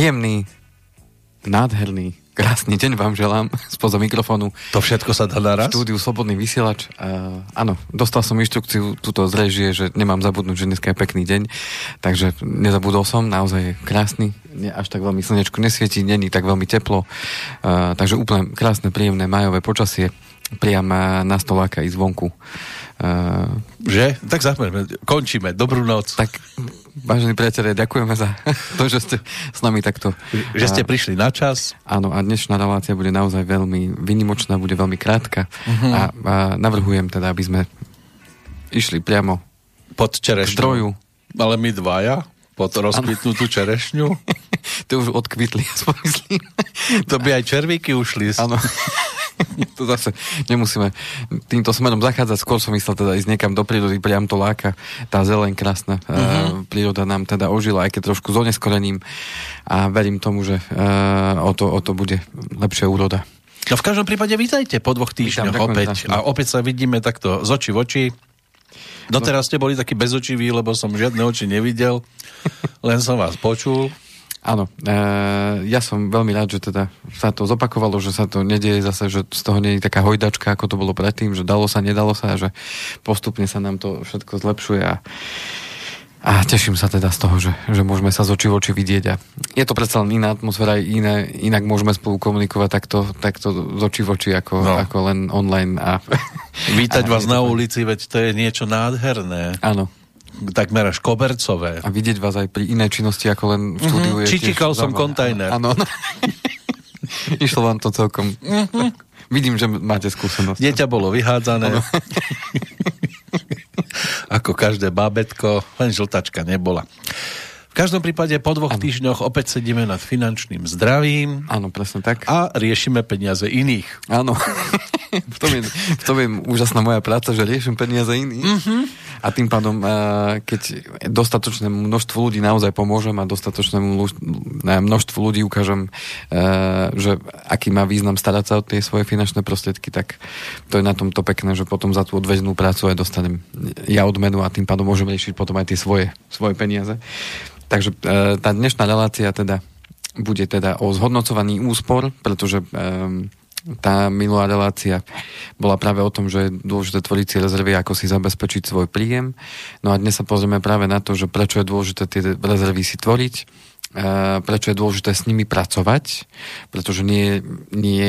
príjemný, nádherný, krásny deň vám želám spoza mikrofónu. To všetko sa dá naraz? V štúdiu Slobodný vysielač. Áno, dostal som inštrukciu túto z réžie, že nemám zabudnúť, že dneska je pekný deň, takže nezabudol som, naozaj je krásny, až tak veľmi slnečko nesvietí, není tak veľmi teplo, takže úplne krásne, príjemné majové počasie, priam na stoláka ísť vonku. Že? Tak zároveň, končíme. Dobrú noc. Tak, vážení priatelia, ďakujeme za to, že ste s nami takto. Že ste prišli na čas. Áno, a dnešná relácia bude naozaj veľmi výnimočná, bude veľmi krátka. A navrhujem teda, aby sme išli priamo pod čerešňu. K zdroju. Ale my dvaja? Pod rozkvitnutú čerešňu? To už odkvitli, aspoň myslím. To by aj červíky ušli. Áno. To zase nemusíme týmto smerom zachádzať, skôr som myslel teda ísť niekam do prírody, priam to láka, tá zeleň krásna, príroda nám teda ožila, aj keď trošku s oneskorením a verím tomu, že o to bude lepšia úroda. No v každom prípade vítajte po 2 týždňoch opäť. A opäť sa vidíme takto z očí v oči. Doteraz ste boli takí bezočiví, lebo som žiadne oči nevidel, len som vás počul. Áno, ja som veľmi rád, že teda sa to zopakovalo, že sa to nedieje zase, že z toho nie je taká hojdačka, ako to bolo predtým, že dalo sa, nedalo sa, že postupne sa nám to všetko zlepšuje a teším sa teda z toho, že môžeme sa z očí v oči vidieť a je to predsa len iná atmosféra, inak môžeme spolu komunikovať takto z očí v oči ako len online a vítať vás na ulici, veď to je niečo nádherné. Áno. Takmer až kobercové. A vidieť vás aj pri inej činnosti, ako len v štúdiu. Čičikal som kontajner. Áno. Išlo vám to celkom. Vidím, že máte skúsenosť. Dieťa bolo vyhádzané. Ako každé bábätko, len žltačka nebola. V každom prípade po 2 týždňoch opäť sedíme nad finančným zdravím. Áno, presne tak. A riešime peniaze iných. Áno. V tom je úžasná moja práca, že riešim peniaze iných. A tým pádom, keď dostatočnému množstvu ľudí naozaj pomôžem a dostatočnému množstvu ľudí ukážem, že aký má význam starať sa o tie svoje finančné prostriedky, tak to je na tom to pekné, že potom za tú odvedenú prácu aj dostanem ja odmenu a tým pádom môžem riešiť potom aj tie svoje peniaze. Takže tá dnešná relácia teda bude teda o zhodnocovaní úspor, pretože tá minulá relácia bola práve o tom, že je dôležité tvoriť si rezervy, ako si zabezpečiť svoj príjem. No a dnes sa pozrieme práve na to, že prečo je dôležité tie rezervy si tvoriť, prečo je dôležité s nimi pracovať, pretože nie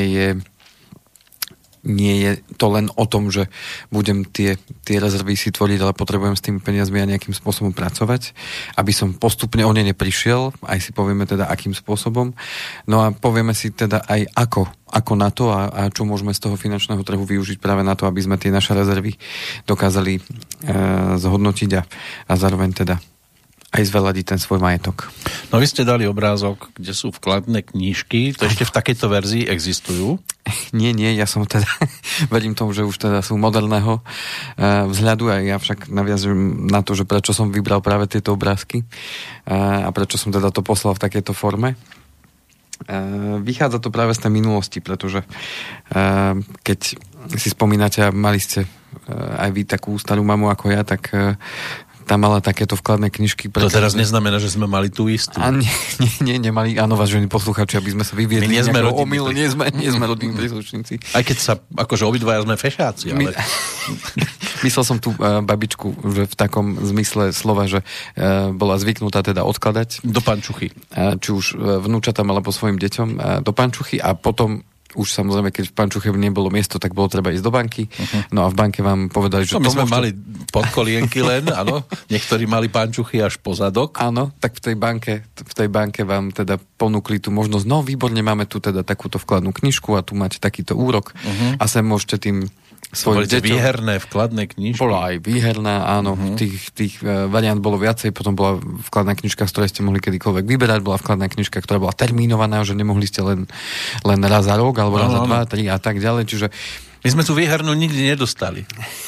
je to len o tom, že budem tie rezervy si tvoriť, ale potrebujem s tými peniazmi aj nejakým spôsobom pracovať, aby som postupne o ne neprišiel, aj si povieme teda akým spôsobom. No a povieme si teda aj ako na to a čo môžeme z toho finančného trhu využiť práve na to, aby sme tie naše rezervy dokázali zhodnotiť a zároveň teda aj zveladiť ten svoj majetok. No vy ste dali obrázok, kde sú vkladné knížky. To ešte v takejto verzii existujú? Nie, ja som teda verím tomu, že už teda sú moderného vzhľadu a ja však naviazujem na to, že prečo som vybral práve tieto obrázky a prečo som teda to poslal v takejto forme. Vychádza to práve z tej minulosti, pretože keď si spomínate a mali ste aj vy takú starú mamu ako ja, tak tam mala takéto vkladné knižky. To teraz neznamená, že sme mali tú istú. A nie, nemali, áno, vážení poslucháči, aby sme sa vyviedli. My nie sme omyl, nie sme rodinní príslušníci. Aj keď sa, akože obidvaja sme fešáci, ale... Myslel som tú babičku, že v takom zmysle slova, že bola zvyknutá teda odkladať. Do pančuchy. Či už vnúčatám alebo svojim deťom do pančuchy a potom už samozrejme, keď v pančuche nebolo miesto, tak bolo treba ísť do banky. No a v banke vám povedali, že... My sme mali podkolienky len, áno. Niektorí mali pančuchy až po zadok. Áno, tak v tej banke vám teda ponúkli tú možnosť, no výborne, máme tu teda takúto vkladnú knižku a tu máte takýto úrok a sem môžete tým svojim deťom... výherné vkladné knižky. Bola aj výherná, áno. Tých variant bolo viacej, potom bola vkladná knižka, z ktorej ste mohli kedykoľvek vyberať, bola vkladná knižka, ktorá bola termínovaná, že nemohli ste len raz za rok, alebo raz za 2, 3 a tak ďalej, čiže... My sme tú výhernú nikdy nedostali.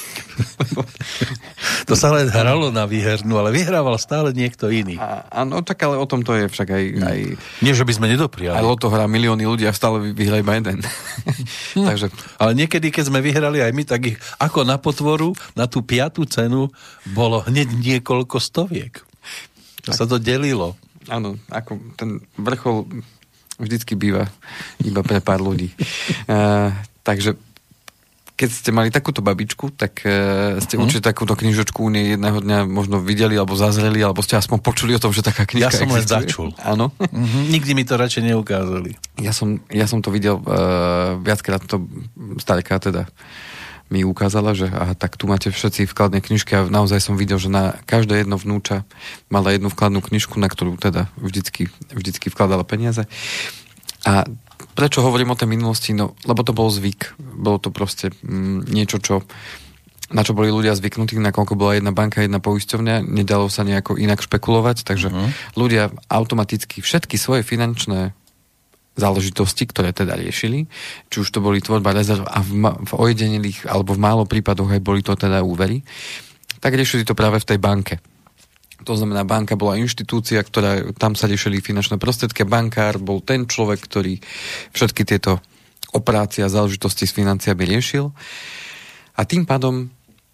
To sa len hralo na výhernú, ale vyhrával stále niekto iný. Áno, tak ale o tom to je však aj... Nie, že by sme nedopriali. Aj loto hrá milióny ľudí a stále vyhrá iba jeden. Takže... Ale niekedy, keď sme vyhrali aj my, tak ich ako na potvoru, na tú 5. cenu bolo hneď niekoľko stoviek. To sa to delilo. Áno, ako ten vrchol vždycky býva iba pre pár ľudí. Takže keď ste mali takúto babičku, tak ste určite takúto knižočku u nej jedného dňa možno videli, alebo zazreli, alebo ste aspoň počuli o tom, že taká knižka existuje. Ja som len začul. Áno. Nikdy mi to radšej neukázali. Ja som to videl viackrát, to starka teda mi ukázala, že aha, tak tu máte všetci vkladné knižky a naozaj som videl, že na každé jedno vnúča mala jednu vkladnú knižku, na ktorú teda vždycky vkladala peniaze. A prečo hovorím o tej minulosti? No, lebo to bol zvyk. Bolo to proste niečo, na čo boli ľudia zvyknutí, nakoľko bola jedna banka, jedna poisťovňa, nedalo sa nejako inak špekulovať, takže ľudia automaticky všetky svoje finančné záležitosti, ktoré teda riešili, či už to boli tvorba rezerv a v ojedinelých alebo v málo prípadoch aj boli to teda úvery, tak riešili to práve v tej banke. To znamená, banka bola inštitúcia, tam sa riešili finančné prostriedky. Bankár bol ten človek, ktorý všetky tieto operácie a záležitosti s financiami riešil. A tým pádom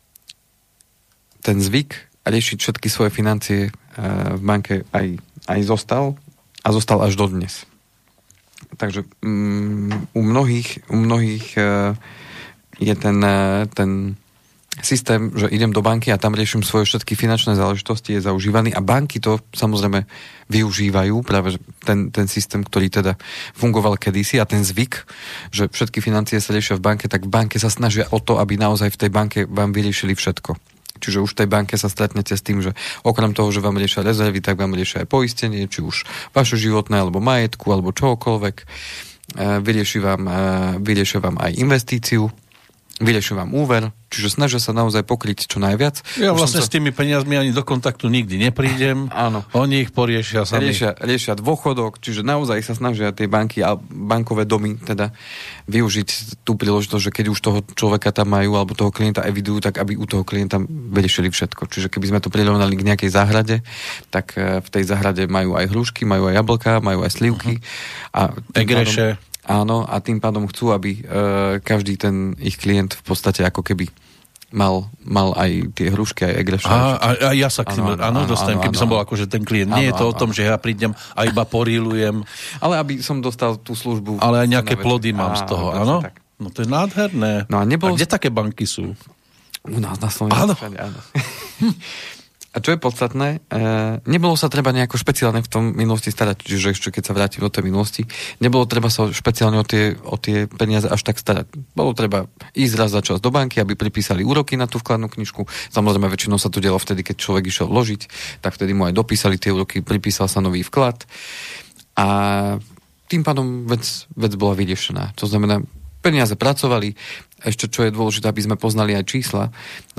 ten zvyk riešiť všetky svoje financie v banke aj zostal a zostal až dodnes. Takže u mnohých je ten systém, že idem do banky a tam riešim svoje všetky finančné záležitosti, je zaužívaný a banky to samozrejme využívajú, práve ten systém, ktorý teda fungoval kedysi a ten zvyk, že všetky financie sa riešia v banke, tak v banke sa snažia o to, aby naozaj v tej banke vám vyriešili všetko. Čiže už v tej banke sa stretnete s tým, že okrem toho, že vám riešia rezervy, tak vám riešia aj poistenie, či už vaše životné, alebo majetku, alebo čokoľvek. Vyriešia vám aj investíciu, vyriešia vám úver, čiže snažia sa naozaj pokryť čo najviac. Ja vlastne s tými peniazmi ani do kontaktu nikdy neprídem. Áno. Oni ich poriešia sami. Riešia dôchodok, čiže naozaj sa snažia tie banky a bankové domy teda využiť tú príležitosť, že keď už toho človeka tam majú alebo toho klienta evidujú, tak aby u toho klienta vyriešili všetko. Čiže keby sme to prirovnali k nejakej záhrade, tak v tej záhrade majú aj hrušky, majú aj jablká, majú aj slivky. A egreše. Áno, a tým pádom chcú, aby každý ten ich klient v podstate ako keby mal aj tie hrušky, aj egreše. A ja sa k tým dostanem, keby som bol akože ten klient. Nie je to o tom, že ja prídem a iba porílujem. Ale aby som dostal tú službu. Ale aj nejaké plody mám z toho, áno? No to je nádherné. No a kde také banky sú? U nás na Slovensku. Áno. A čo je podstatné, nebolo sa treba nejako špeciálne v tom minulosti starať, čiže ešte keď sa vrátim do tej minulosti, nebolo treba sa špeciálne o tie peniaze až tak starať. Bolo treba ísť raz za čas do banky, aby pripísali úroky na tú vkladnú knižku. Samozrejme, väčšinou sa to dialo vtedy, keď človek išiel vložiť, tak vtedy mu aj dopísali tie úroky, pripísal sa nový vklad a tým pádom vec bola vyriešená. To znamená, peniaze pracovali, ešte čo je dôležité, aby sme poznali aj čísla,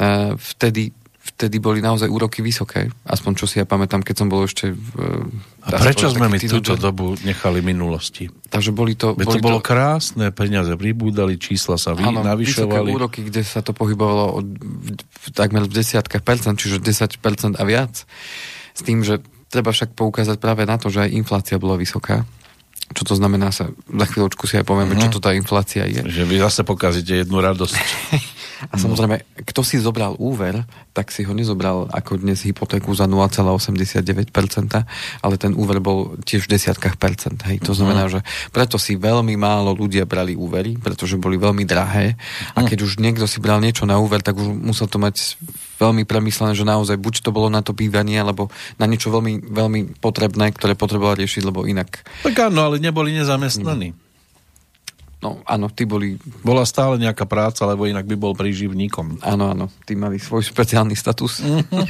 vtedy boli naozaj úroky vysoké. Aspoň čo si ja pamätám, keď som bol ešte... A prečo sme my túto dobu nechali minulosti? Takže bolo bolo krásne, peniaze pribúdali, čísla sa navyšovali. Vysoké úroky, kde sa to pohybovalo takmer v desiatkách percent, čiže 10% a viac. S tým, že treba však poukázať práve na to, že aj inflácia bola vysoká. Čo to znamená, za chvíľočku si aj povieme, čo to tá inflácia je. Že vy zase pokazíte jednu radosť. A samozrejme, kto si zobral úver, tak si ho nezobral ako dnes hypotéku za 0,89%, ale ten úver bol tiež v desiatkách percent. Hej. To znamená, že preto si veľmi málo ľudia brali úvery, pretože boli veľmi drahé. A keď už niekto si bral niečo na úver, tak už musel to mať veľmi premyslené, že naozaj buď to bolo na to bývanie, alebo na niečo veľmi, veľmi potrebné, ktoré potreboval riešiť, lebo inak... Tak áno, ale neboli nezamestnaní. No áno, tí boli... Bola stále nejaká práca, lebo inak by bol príživníkom. Áno, tí mali svoj špeciálny status.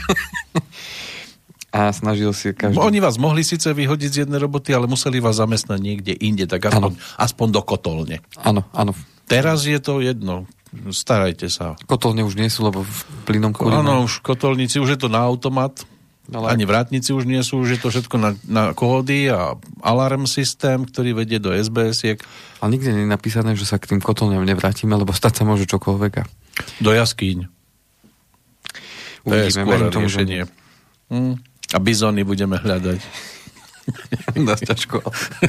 A snažil si každý... Oni vás mohli síce vyhodiť z jednej roboty, ale museli vás zamestnať niekde inde, tak aspoň do kotolne. Áno. Teraz je to jedno. Starajte sa. Kotolne už nie sú, lebo v plynom kvôli... Áno, už kotolníci, už je to na automat. Ani vrátnici už nie sú, už je to všetko na kódy a alarm systém, ktorý vedie do SBS-iek. Ale nikde nie je napísané, že sa k tým kotolňam nevrátime, lebo stať sa môže čokoľvek. Do jaskýň. To je skôr riešenie. A bizóny budeme hľadať. Dosť ťažko.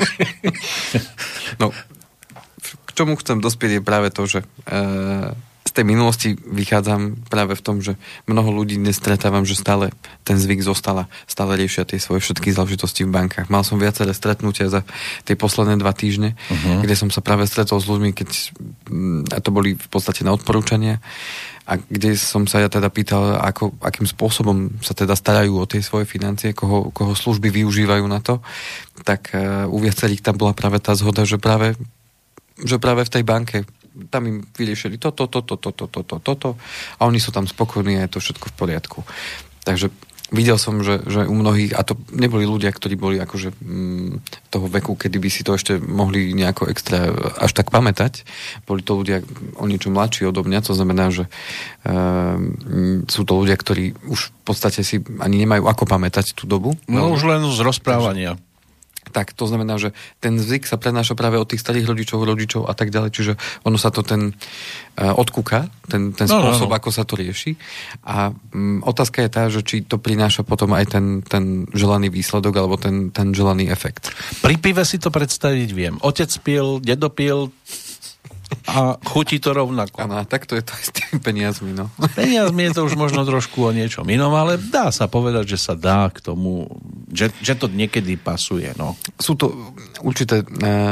No, k čomu chcem dospieť je práve to, že z tej minulosti vychádzam práve v tom, že mnoho ľudí dnes stretávam, že stále ten zvyk zostala, stále riešia tie svoje všetky záležitosti v bankách. Mal som viaceré stretnutia za tie posledné 2 týždne, kde som sa práve stretol s ľuďmi, a to boli v podstate na odporúčania, a kde som sa ja teda pýtal, akým spôsobom sa teda starajú o tie svoje financie, koho služby využívajú na to, tak u viacerých tam bola práve tá zhoda, že práve v tej banke tam im vyriešili toto a oni sú tam spokojní a je to všetko v poriadku. Takže videl som, že u mnohých, a to neboli ľudia, ktorí boli akože toho veku, kedy by si to ešte mohli nejako extra až tak pamätať. Boli to ľudia o niečo mladší odo mňa, to znamená, že sú to ľudia, ktorí už v podstate si ani nemajú ako pamätať tú dobu. No už len z rozprávania. Tak, to znamená, že ten zvyk sa prenáša práve od tých starých rodičov a tak ďalej, čiže ono sa to odkúka, ten spôsob, ako sa to rieši. A otázka je tá, že či to prináša potom aj ten želaný výsledok alebo ten želaný efekt. Pri pive si to predstaviť viem. Otec pil, dedo pil a chutí to rovnako. Áno, tak to je to aj s tými peniazmi, no. S peniazmi je to už možno trošku o niečom inom, ale dá sa povedať, že sa dá k tomu, že to niekedy pasuje, no. Sú to určité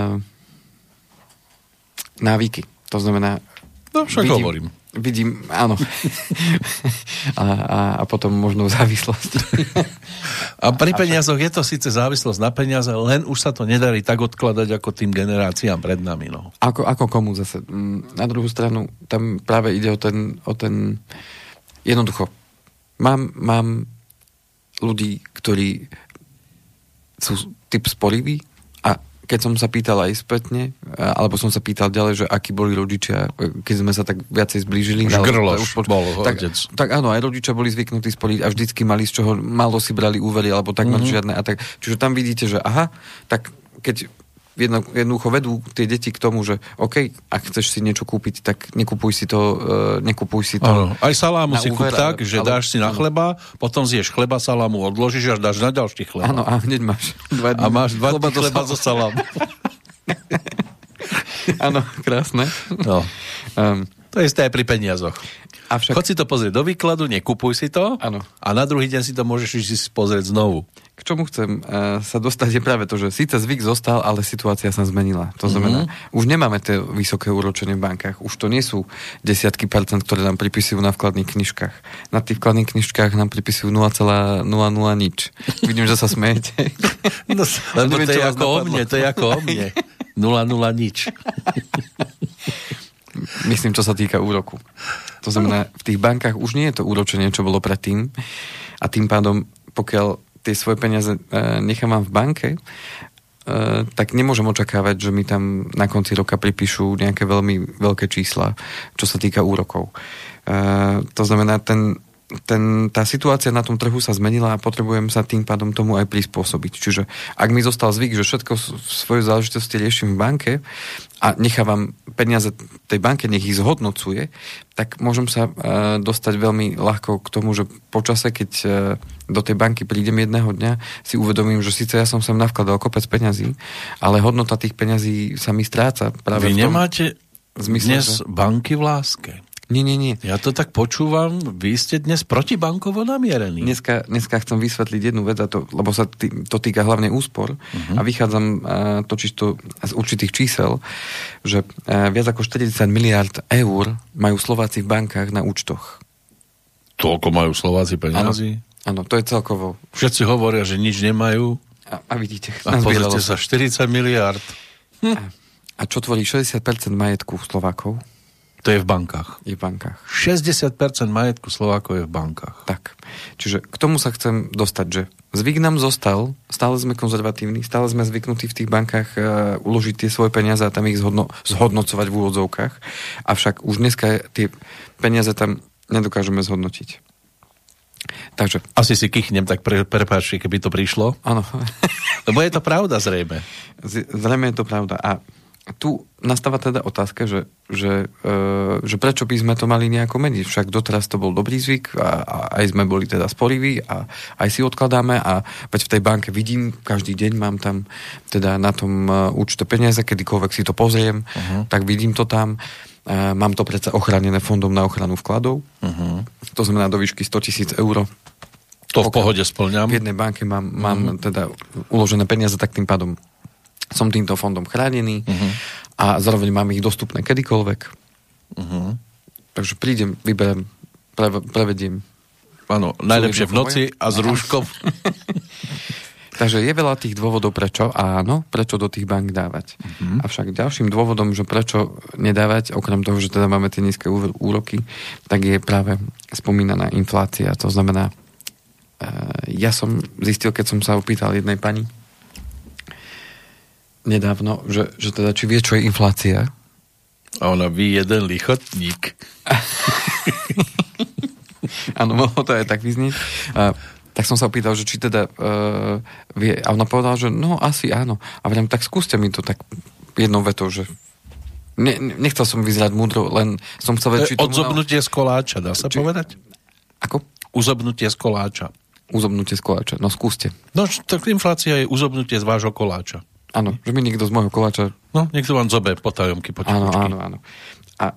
návyky. To znamená... No však hovorím. Vidím, áno. a potom možno závislosť. A pri peniazoch je to síce závislosť na peniaze, len už sa to nedarí tak odkladať ako tým generáciám pred nami. No. Ako komu zase? Na druhú stranu, tam práve ide o ten jednoducho. Mám ľudí, ktorí sú typ sporivý a keď som sa pýtal aj spätne, alebo som sa pýtal ďalej, že akí boli rodičia, keď sme sa tak viacej zblížili. Už grloš bol otec. Tak áno, aj rodičia boli zvyknutí sporiť a vždycky mali z čoho málo si brali úvery, alebo takmer žiadne. A tak, čiže tam vidíte, že aha, tak keď jednoducho vedú tie deti k tomu, že OK, ak chceš si niečo kúpiť, tak nekupuj si to. Áno, aj salámu si kúp tak, že dáš si na chleba, potom zješ chleba, salámu odložíš a dáš na ďalší chleba. Áno, a hneď máš 2 dní. A máš 2 dní chleba zo salámu. Áno, krásne. No. To je isté aj pri peniazoch. Chod si to pozrieť do výkladu, nekupuj si to. Áno. A na druhý deň si to môžeš si pozrieť znovu. K čomu chcem sa dostať je práve to, že síce zvyk zostal, ale situácia sa zmenila. To znamená, už nemáme tie vysoké úročenie v bankách. Už to nie sú desiatky percent, ktoré nám pripisujú na vkladných knižkách. Na tých vkladných knižkách nám pripisujú 0,00 nič. Vidím, že sa smejete. No, lebo to je ako o mne, to je ako o mne. 0,0 nič. Myslím, čo sa týka úroku. To znamená, v tých bankách už nie je to úročenie, čo bolo predtým. A tým pádom, pokiaľ tie svoje peniaze nechávam v banke, tak nemôžem očakávať, že mi tam na konci roka pripíšu nejaké veľmi veľké čísla, čo sa týka úrokov. To znamená, tá situácia na tom trhu sa zmenila a potrebujem sa tým pádom tomu aj prispôsobiť. Čiže ak mi zostal zvyk, že všetko svoje záležitosti riešim v banke a nechávam peniaze tej banke, nech ich zhodnocuje, tak môžem sa dostať veľmi ľahko k tomu, že počase, keď do tej banky prídem jedného dňa, si uvedomím, že síce ja som sem navkladal kopec peňazí, ale hodnota tých peňazí sa mi stráca. Práve Vy nemáte dnes banky v láske? Nie. Ja to tak počúvam, vy ste dnes protibankovo namierení. Dneska chcem vysvetliť jednu vec, lebo sa to týka hlavne úspor a vychádzam čisto z určitých čísel, že viac ako 40 miliárd eur majú Slováci v bankách na účtoch. Toľko majú Slováci peniazy? Áno, to je celkovo. Všetci hovoria, že nič nemajú. A vidíte. A pozrite sa, 40 miliárd. A čo tvorí 60% majetku Slovákov? To je v bankách. Je v bankách. 60% majetku Slovákov je v bankách. Tak. Čiže k tomu sa chcem dostať, že zvyk nám zostal, stále sme konzervatívni, stále sme zvyknutí v tých bankách uložiť tie svoje peniaze a tam ich zhodnocovať v úvodzovkách. Avšak už dneska tie peniaze tam nedokážeme zhodnotiť. Takže. Asi si kichnem, tak prepáči, keby to prišlo. Áno. Lebo je to pravda zrejme. Zrejme je to pravda. A tu nastáva teda otázka, že prečo by sme to mali nejako meniť. Však doteraz to bol dobrý zvyk a aj sme boli teda sporiví a aj si odkladáme a veď v tej banke vidím, každý deň mám tam teda na tom účte peniaze, kedykoľvek si to pozriem, tak vidím to tam. Mám to predsa ochránené fondom na ochranu vkladov. To znamená do výšky 100 000 eur. To v pohode spĺňam. V jednej banke mám teda uložené peniaze, tak tým pádom som týmto fondom chránený a zároveň mám ich dostupné kedykoľvek. Takže prídem, vyberiem, prevediem. Áno, najlepšie v noci a s rúškom. Takže je veľa tých dôvodov, prečo do tých bank dávať. Avšak ďalším dôvodom, že prečo nedávať, okrem toho, že teda máme tie nízke úroky, tak je práve spomínaná inflácia. To znamená, ja som zistil, keď som sa opýtal jednej pani nedávno, že teda či vie, čo je inflácia. A ona ví jeden lichotník. Áno, mohlo to aj tak vyznieť. Tak som sa opýtal, že či teda vie. A ona povedala, že no, asi áno. A vrem, tak skúste mi to tak jednou vetou, že nechcel som vyzerať múdro, len som chcel vedieť, či odzobnutie z koláča, dá sa povedať? Ako? Uzobnutie z koláča. Uzobnutie z koláča, no skúste. No, tak inflácia je uzobnutie z vášho koláča. Áno, že mi niekto z môjho koláča... No, niekto vám zobe potajomky, potichučky. Áno. A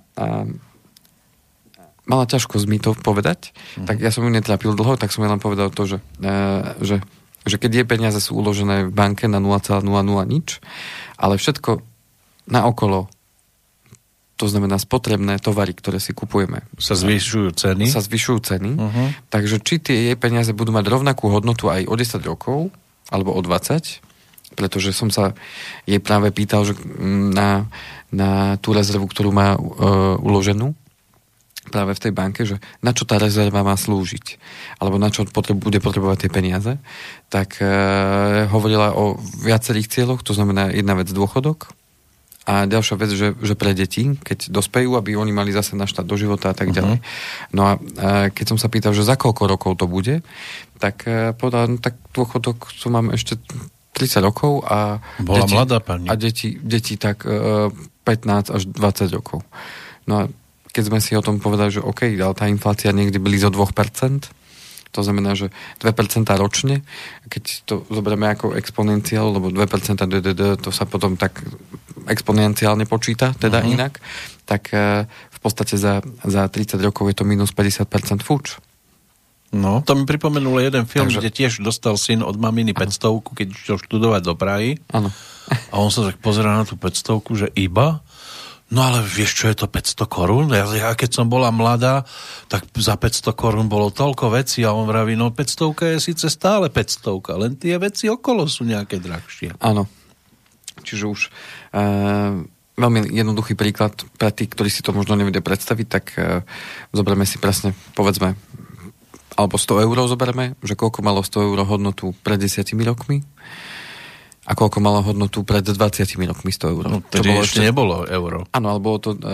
mala ťažkosť mi to povedať, tak ja som ju netrápil dlho, tak som jej len povedal to, že keď jej peniaze sú uložené v banke na 0,00 nič, ale všetko naokolo, to znamená spotrebné tovary, ktoré si kupujeme. Sa zvyšujú ceny. Takže či tie jej peniaze budú mať rovnakú hodnotu aj o 10 rokov, alebo o 20, pretože som sa jej práve pýtal, že na tú rezervu, ktorú má uloženú práve v tej banke, že na čo tá rezerva má slúžiť, alebo na čo bude potrebovať tie peniaze, tak hovorila o viacerých cieľoch, to znamená jedna vec dôchodok a ďalšia vec, že pre deti, keď dospejú, aby oni mali zase na štát do života a tak ďalej. No a keď som sa pýtal, že za koľko rokov to bude, tak povedal, no tak dôchodok tu mám ešte 30 rokov a bola mladá pani. A deti tak 15 až 20 rokov. No a keď sme si o tom povedali, že OK, ale tá inflácia niekde blízo 2%, to znamená, že 2% ročne, keď to zoberieme ako exponenciál, lebo 2% DDD, to sa potom tak exponenciálne počíta, teda inak, tak v podstate za 30 rokov je to minus 50% fuč. No, to mi pripomenulo jeden film, kde tiež dostal syn od maminy 500, keď išiel študovať do Prahy. Áno. A on sa tak pozerá na tú 500, že iba? No ale vieš, čo je to 500 korún? Ja keď som bola mladá, tak za 500 korún bolo toľko vecí a on vraví, no 500 je síce stále 500, len tie veci okolo sú nejaké drahšie. Áno. Čiže už veľmi jednoduchý príklad pre tých, ktorí si to možno nevedia predstaviť, tak zoberieme si presne, povedzme, alebo 100 eur zoberieme, že koľko malo 100 eur hodnotu pred 10 rokmi a koľko malo hodnotu pred 20 rokmi 100 eur. No, tedy ešte nebolo euro. Áno, ale bolo to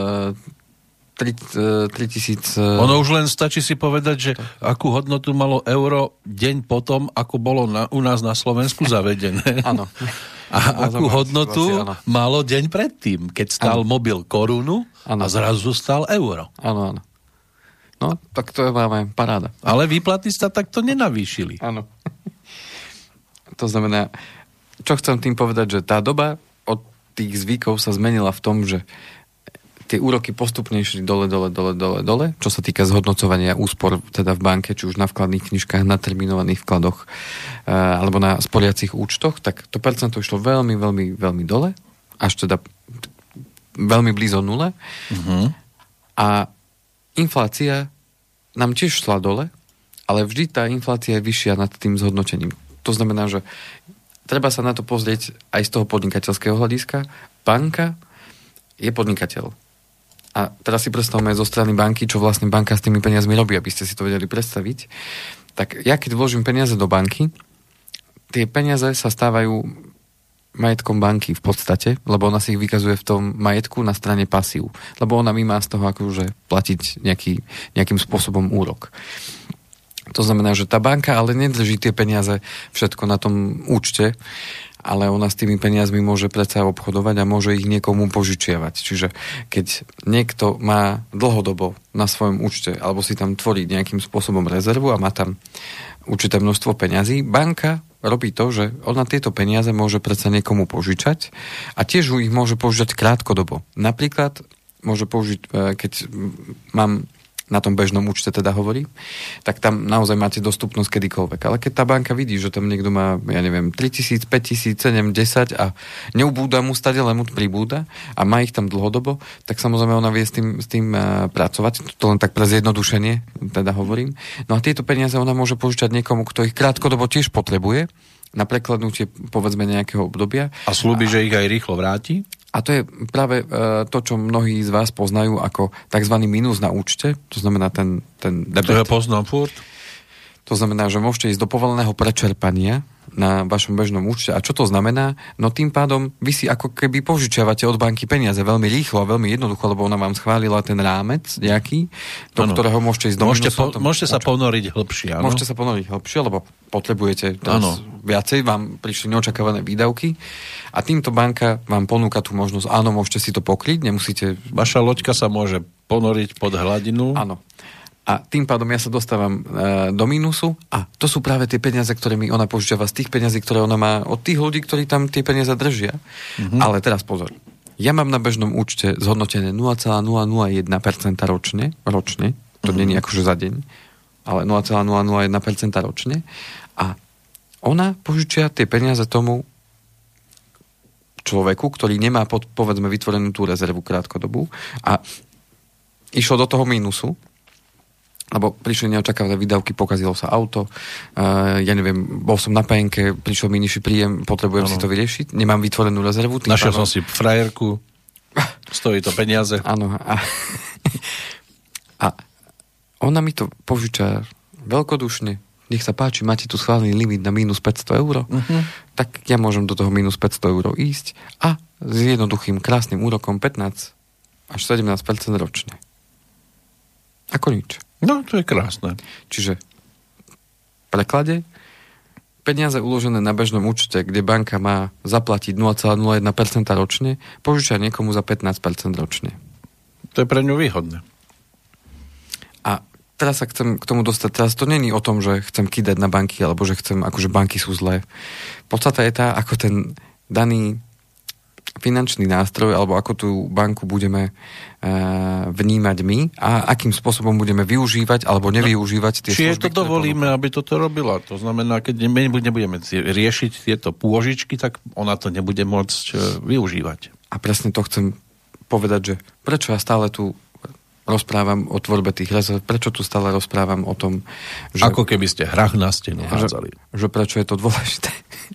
3000... Ono už len stačí si povedať, že akú hodnotu malo euro deň potom, ako bolo u nás na Slovensku zavedené. Áno. A akú hodnotu malo deň predtým, keď stál mobil korunu a zrazu stál euro. Áno. No, tak to je máme paráda. Ale výplaty sa takto nenavýšili. Áno. To znamená, čo chcem tým povedať, že tá doba od tých zvykov sa zmenila v tom, že tie úroky postupne išli dole, čo sa týka zhodnocovania úspor teda v banke, či už na vkladných knižkách, na terminovaných vkladoch alebo na sporiacich účtoch, tak to percento išlo veľmi, veľmi, veľmi dole, až teda veľmi blízo nule. A inflácia nám tiež šla dole, ale vždy tá inflácia je vyššia nad tým zhodnotením. To znamená, že treba sa na to pozrieť aj z toho podnikateľského hľadiska. Banka je podnikateľ. A teraz si predstavme zo strany banky, čo vlastne banka s tými peniazmi robí, aby ste si to vedeli predstaviť. Tak ja keď vložím peniaze do banky, tie peniaze sa stávajú majetkom banky v podstate, lebo ona si ich vykazuje v tom majetku na strane pasív. Lebo ona mi má z toho akože platiť nejakým spôsobom úrok. To znamená, že tá banka ale nedrží tie peniaze všetko na tom účte, ale ona s tými peniazmi môže predsa obchodovať a môže ich niekomu požičiavať. Čiže keď niekto má dlhodobo na svojom účte, alebo si tam tvorí nejakým spôsobom rezervu a má tam určité množstvo peňazí, banka robí to, že ona tieto peniaze môže predsa niekomu požičať a tiež ich môže požičať krátkodobo. Napríklad môže použiť, keď mám na tom bežnom účte teda hovorí, tak tam naozaj máte dostupnosť kedykoľvek. Ale keď tá banka vidí, že tam niekto má, ja neviem, 3 000, 5 000, 7 10 a neubúda mu, stade len mu pribúda a má ich tam dlhodobo, tak samozrejme ona vie s tým pracovať. To len tak pre zjednodušenie teda hovorím. No a tieto peniaze ona môže požičať niekomu, kto ich krátkodobo tiež potrebuje na prekladnutie povedzme nejakého obdobia. A slúbi, že ich aj rýchlo vráti? A to je práve to, čo mnohí z vás poznajú ako tzv. Mínus na účte, to znamená ten debet. To ja poznám furt. To znamená, že môžete ísť do povoleného prečerpania na vašom bežnom účte. A čo to znamená? No tým pádom vy si ako keby požičiavate od banky peniaze veľmi rýchlo a veľmi jednoducho, lebo ona vám schválila ten rámec nejaký, do ktorého môžete ísť do minusu. Môžete sa ponoriť hlbšie, áno? Môžete sa ponoriť hlbšie, lebo potrebujete teraz viacej, vám prišli neočakávané výdavky a týmto banka vám ponúka tú možnosť, áno, môžete si to pokryť, nemusíte... Vaša loďka sa môže ponoriť pod hladinu. Áno. A tým pádom ja sa dostávam do mínusu a to sú práve tie peniaze, ktoré mi ona požičiava z tých peniazí, ktoré ona má od tých ľudí, ktorí tam tie peniaze držia. Mm-hmm. Ale teraz pozor. Ja mám na bežnom účte zhodnotené 0,001% ročne. To nie je akože za deň, ale 0,001% ročne. A ona požičia tie peniaze tomu človeku, ktorý nemá povedzme vytvorenú tú rezervu krátkodobú a išlo do toho mínusu, lebo prišli neočakávané výdavky, pokazilo sa auto, ja neviem, bol som na penke, prišiel mi nižší príjem, potrebujem si to vyriešiť, nemám vytvorenú rezervu. Našiel som si frajerku, stojí to peniaze. Áno. A ona mi to požiča veľkodušne, nech sa páči, máte tu schválený limit na minus 500 €, tak ja môžem do toho minus 500 € ísť a s jednoduchým, krásnym úrokom 15 až 17% ročne. Ako nič. No, to je krásne. Čiže v preklade peniaze uložené na bežnom účte, kde banka má zaplatiť 0,01% ročne, požičia niekomu za 15% ročne. To je pre ňu výhodné. A teraz sa chcem k tomu dostať. Teraz to není o tom, že chcem kýdať na banky, alebo že chcem, akože banky sú zlé. Podstata je tá, ako ten daný finančný nástroj, alebo ako tú banku budeme vnímať my a akým spôsobom budeme využívať alebo nevyužívať tie služby. Či to dovolíme, aby toto robila. To znamená, keď nebudeme riešiť tieto pôžičky, tak ona to nebude môcť využívať. A presne to chcem povedať, že prečo ja stále tu rozprávam o tvorbe tých rezerv, prečo tu stále rozprávam o tom, že... Ako keby ste hrách na stenu hádzali. Že prečo je to dôležité.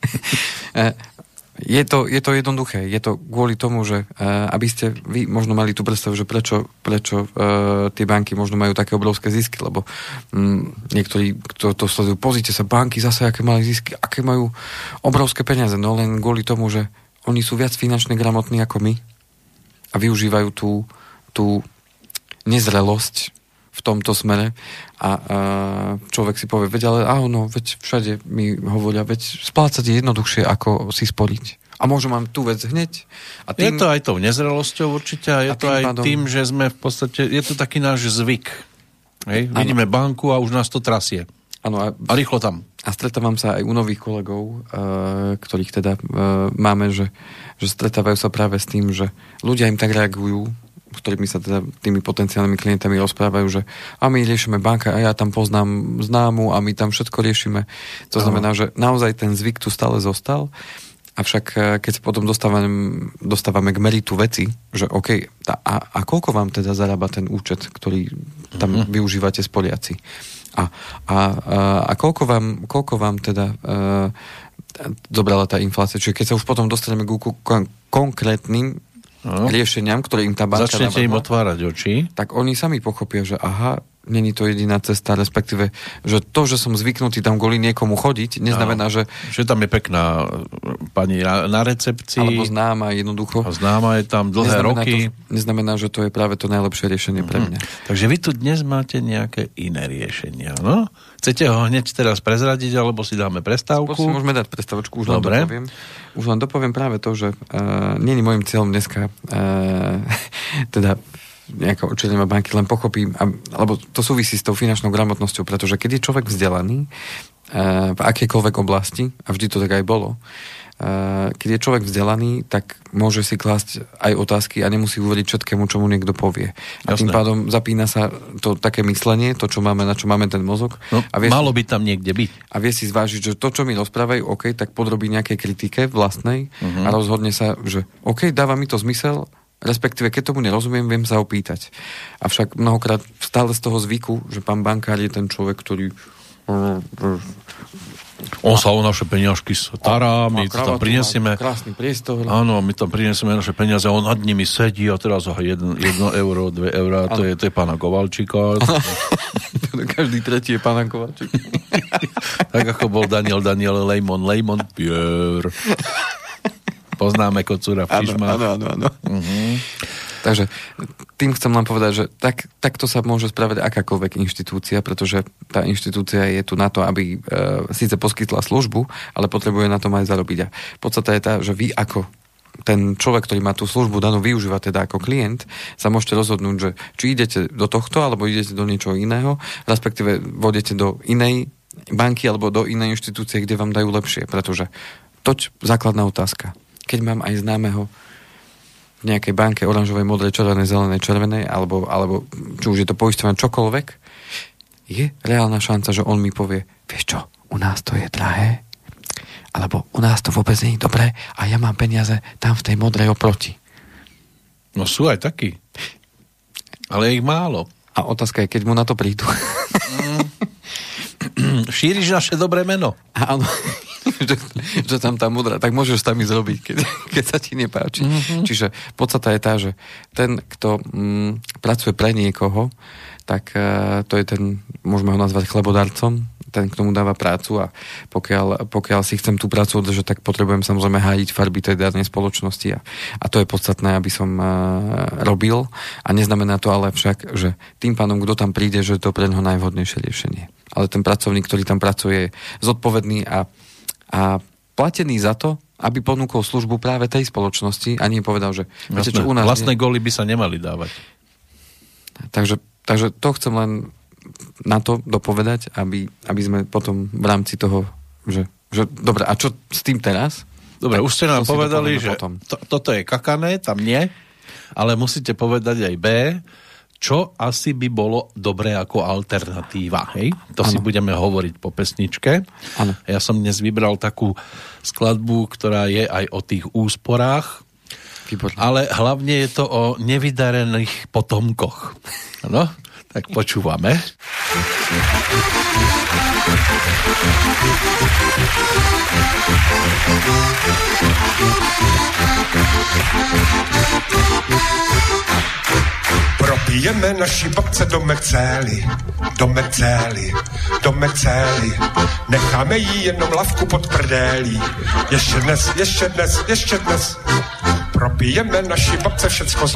Je to jednoduché. Je to kvôli tomu, že aby ste vy možno mali tú predstavu, že prečo tie banky možno majú také obrovské zisky, lebo niektorí, kto to sledujú, pozrite sa, banky zase, aké mali zisky, aké majú obrovské peniaze, no len kvôli tomu, že oni sú viac finančne gramotní ako my a využívajú tú nezrelosť v tomto smere a človek si povie, veď ale áno, veď všade mi hovoria, veď splácať je jednoduchšie, ako si sporiť. A môžem vám tú vec hneď. A tým... Je to aj tou nezrelosťou určite a je to aj pádom... tým, že sme v podstate, je to taký náš zvyk. Hej? Vidíme banku a už nás to trasie. Áno, a rýchlo tam. A stretávam sa aj u nových kolegov, ktorých teda máme, že stretávajú sa práve s tým, že ľudia im tak reagujú, s ktorými sa teda tými potenciálnymi klientami rozprávajú, že a my riešime banka a ja tam poznám známu a my tam všetko riešime. To znamená, že naozaj ten zvyk tu stále zostal, avšak keď sa potom dostávame k meritu veci, že OK, a koľko vám teda zarába ten účet, ktorý tam využívate spoliaci? A koľko vám teda zobrala tá inflácia? Čiže keď sa už potom dostaneme k konkrétnym riešeniam, ktoré im tá banka začnete im otvárať oči, tak oni sami pochopia, že aha, není to jediná cesta, respektíve, že to, že som zvyknutý tam kvôli niekomu chodiť, neznamená, že tam je pekná pani na recepcii. Alebo známa jednoducho. A známa je tam dlhé roky. Neznamená, že to je práve to najlepšie riešenie pre mňa. Takže vy tu dnes máte nejaké iné riešenia, no? Chcete ho hneď teraz prezradiť, alebo si dáme prestávku? Môžeme dať prestávku, už len dopoviem práve to, že nie je môjim cieľom dneska teda nejaká učiteľa banky, len pochopím, alebo to súvisí s tou finančnou gramotnosťou, pretože keď je človek vzdelaný v akejkoľvek oblasti, a vždy to tak aj bolo, keď je človek vzdelaný, tak môže si klásť aj otázky a nemusí uveriť všetkému, čo mu niekto povie. A tým pádom zapína sa to také myslenie, to, čo máme, na čo máme ten mozog. No, a malo by tam niekde byť. A vie si zvážiť, že to, čo mi rozprávajú, OK, tak podrobí nejakej kritike vlastnej a rozhodne sa, že OK, dáva mi to zmysel, respektíve, keď tomu nerozumiem, viem sa opýtať. Avšak mnohokrát stále z toho zvyku, že pán bankár je ten človek, ktorý on sa o naše peniažky stará, my tam prinesieme krásny priestor. Áno, my tam prinesieme naše peniaze, on nad nimi sedí a teraz 1 euro, 2 eurá, to je pána Kovalčíka. Každý tretí je pána Kovalčíka. Tak ako bol Daniel Lejmon Pierre. Poznáme kocúra v Fišmách. Áno. Takže tým chcem len povedať, že takto sa môže spraviť akákoľvek inštitúcia, pretože tá inštitúcia je tu na to, aby síce poskytla službu, ale potrebuje na tom aj zarobiť. A podstata je tá, že vy ako ten človek, ktorý má tú službu danú využíva teda ako klient, sa môžete rozhodnúť, že či idete do tohto, alebo idete do niečoho iného, respektíve vodete do inej banky alebo do inej inštitúcie, kde vám dajú lepšie, pretože toť základná otázka. Keď mám aj známeho v nejakej banke oranžovej, modrej, červenej, zelenej, červenej, alebo či už je to poisťovanie čokoľvek, je reálna šanca, že on mi povie, vieš čo, u nás to je drahé, alebo u nás to vôbec nie je dobré a ja mám peniaze tam v tej modrej oproti. No sú aj takí. Ale je ich málo. A otázka je, keď mu na to prídu. Šíriš naše dobré meno. Áno. že tam tá mudra, tak môžeš tam ísť robiť, keď sa ti nepáči. Čiže podstata je tá, že ten, kto pracuje pre niekoho, tak to je ten, môžeme ho nazvať chlebodarcom, ten, k tomu dáva prácu a pokiaľ si chcem tú prácu udržať, tak potrebujem samozrejme hájiť farby tej danej spoločnosti a to je podstatné, aby som robil a neznamená to ale však, že tým pánom, kto tam príde, že to je pre neho najvhodnejšie riešenie. Ale ten pracovník, ktorý tam pracuje, je zodpovedný a platený za to, aby ponúkol službu práve tej spoločnosti a nie povedal, že vlastné góly by sa nemali dávať. Takže to chcem len na to dopovedať, aby sme potom v rámci toho, že dobre, a čo s tým teraz? Dobre, už ste nám povedali, že toto je kakané, tam nie, ale musíte povedať aj B, čo asi by bolo dobré ako alternatíva, hej? To si budeme hovoriť po pesničke. Ano. Ja som dnes vybral takú skladbu, ktorá je aj o tých úsporách, výborné. Ale hlavne je to o nevydarených potomkoch. No, tak počúvame. Propijeme naši babce do mecély. Necháme jí jenom lavku pod prdélí. Ještě dnes. Propijeme naši babce všecko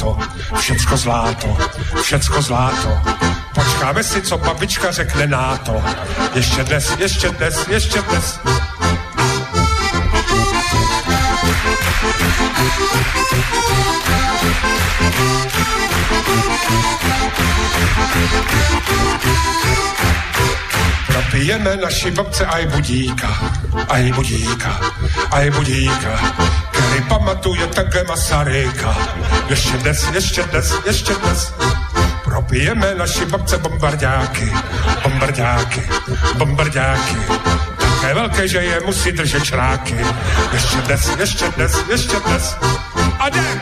zláto. Počkáme si, co babička řekne na to. Ještě dnes. Propijeme naši babce aj budíka, který pamatuje také Masaryka. Ještě dnes. Propijeme naši babce bombardáky. Také velké, že je musí držet čráky. Ještě dnes. A jdem!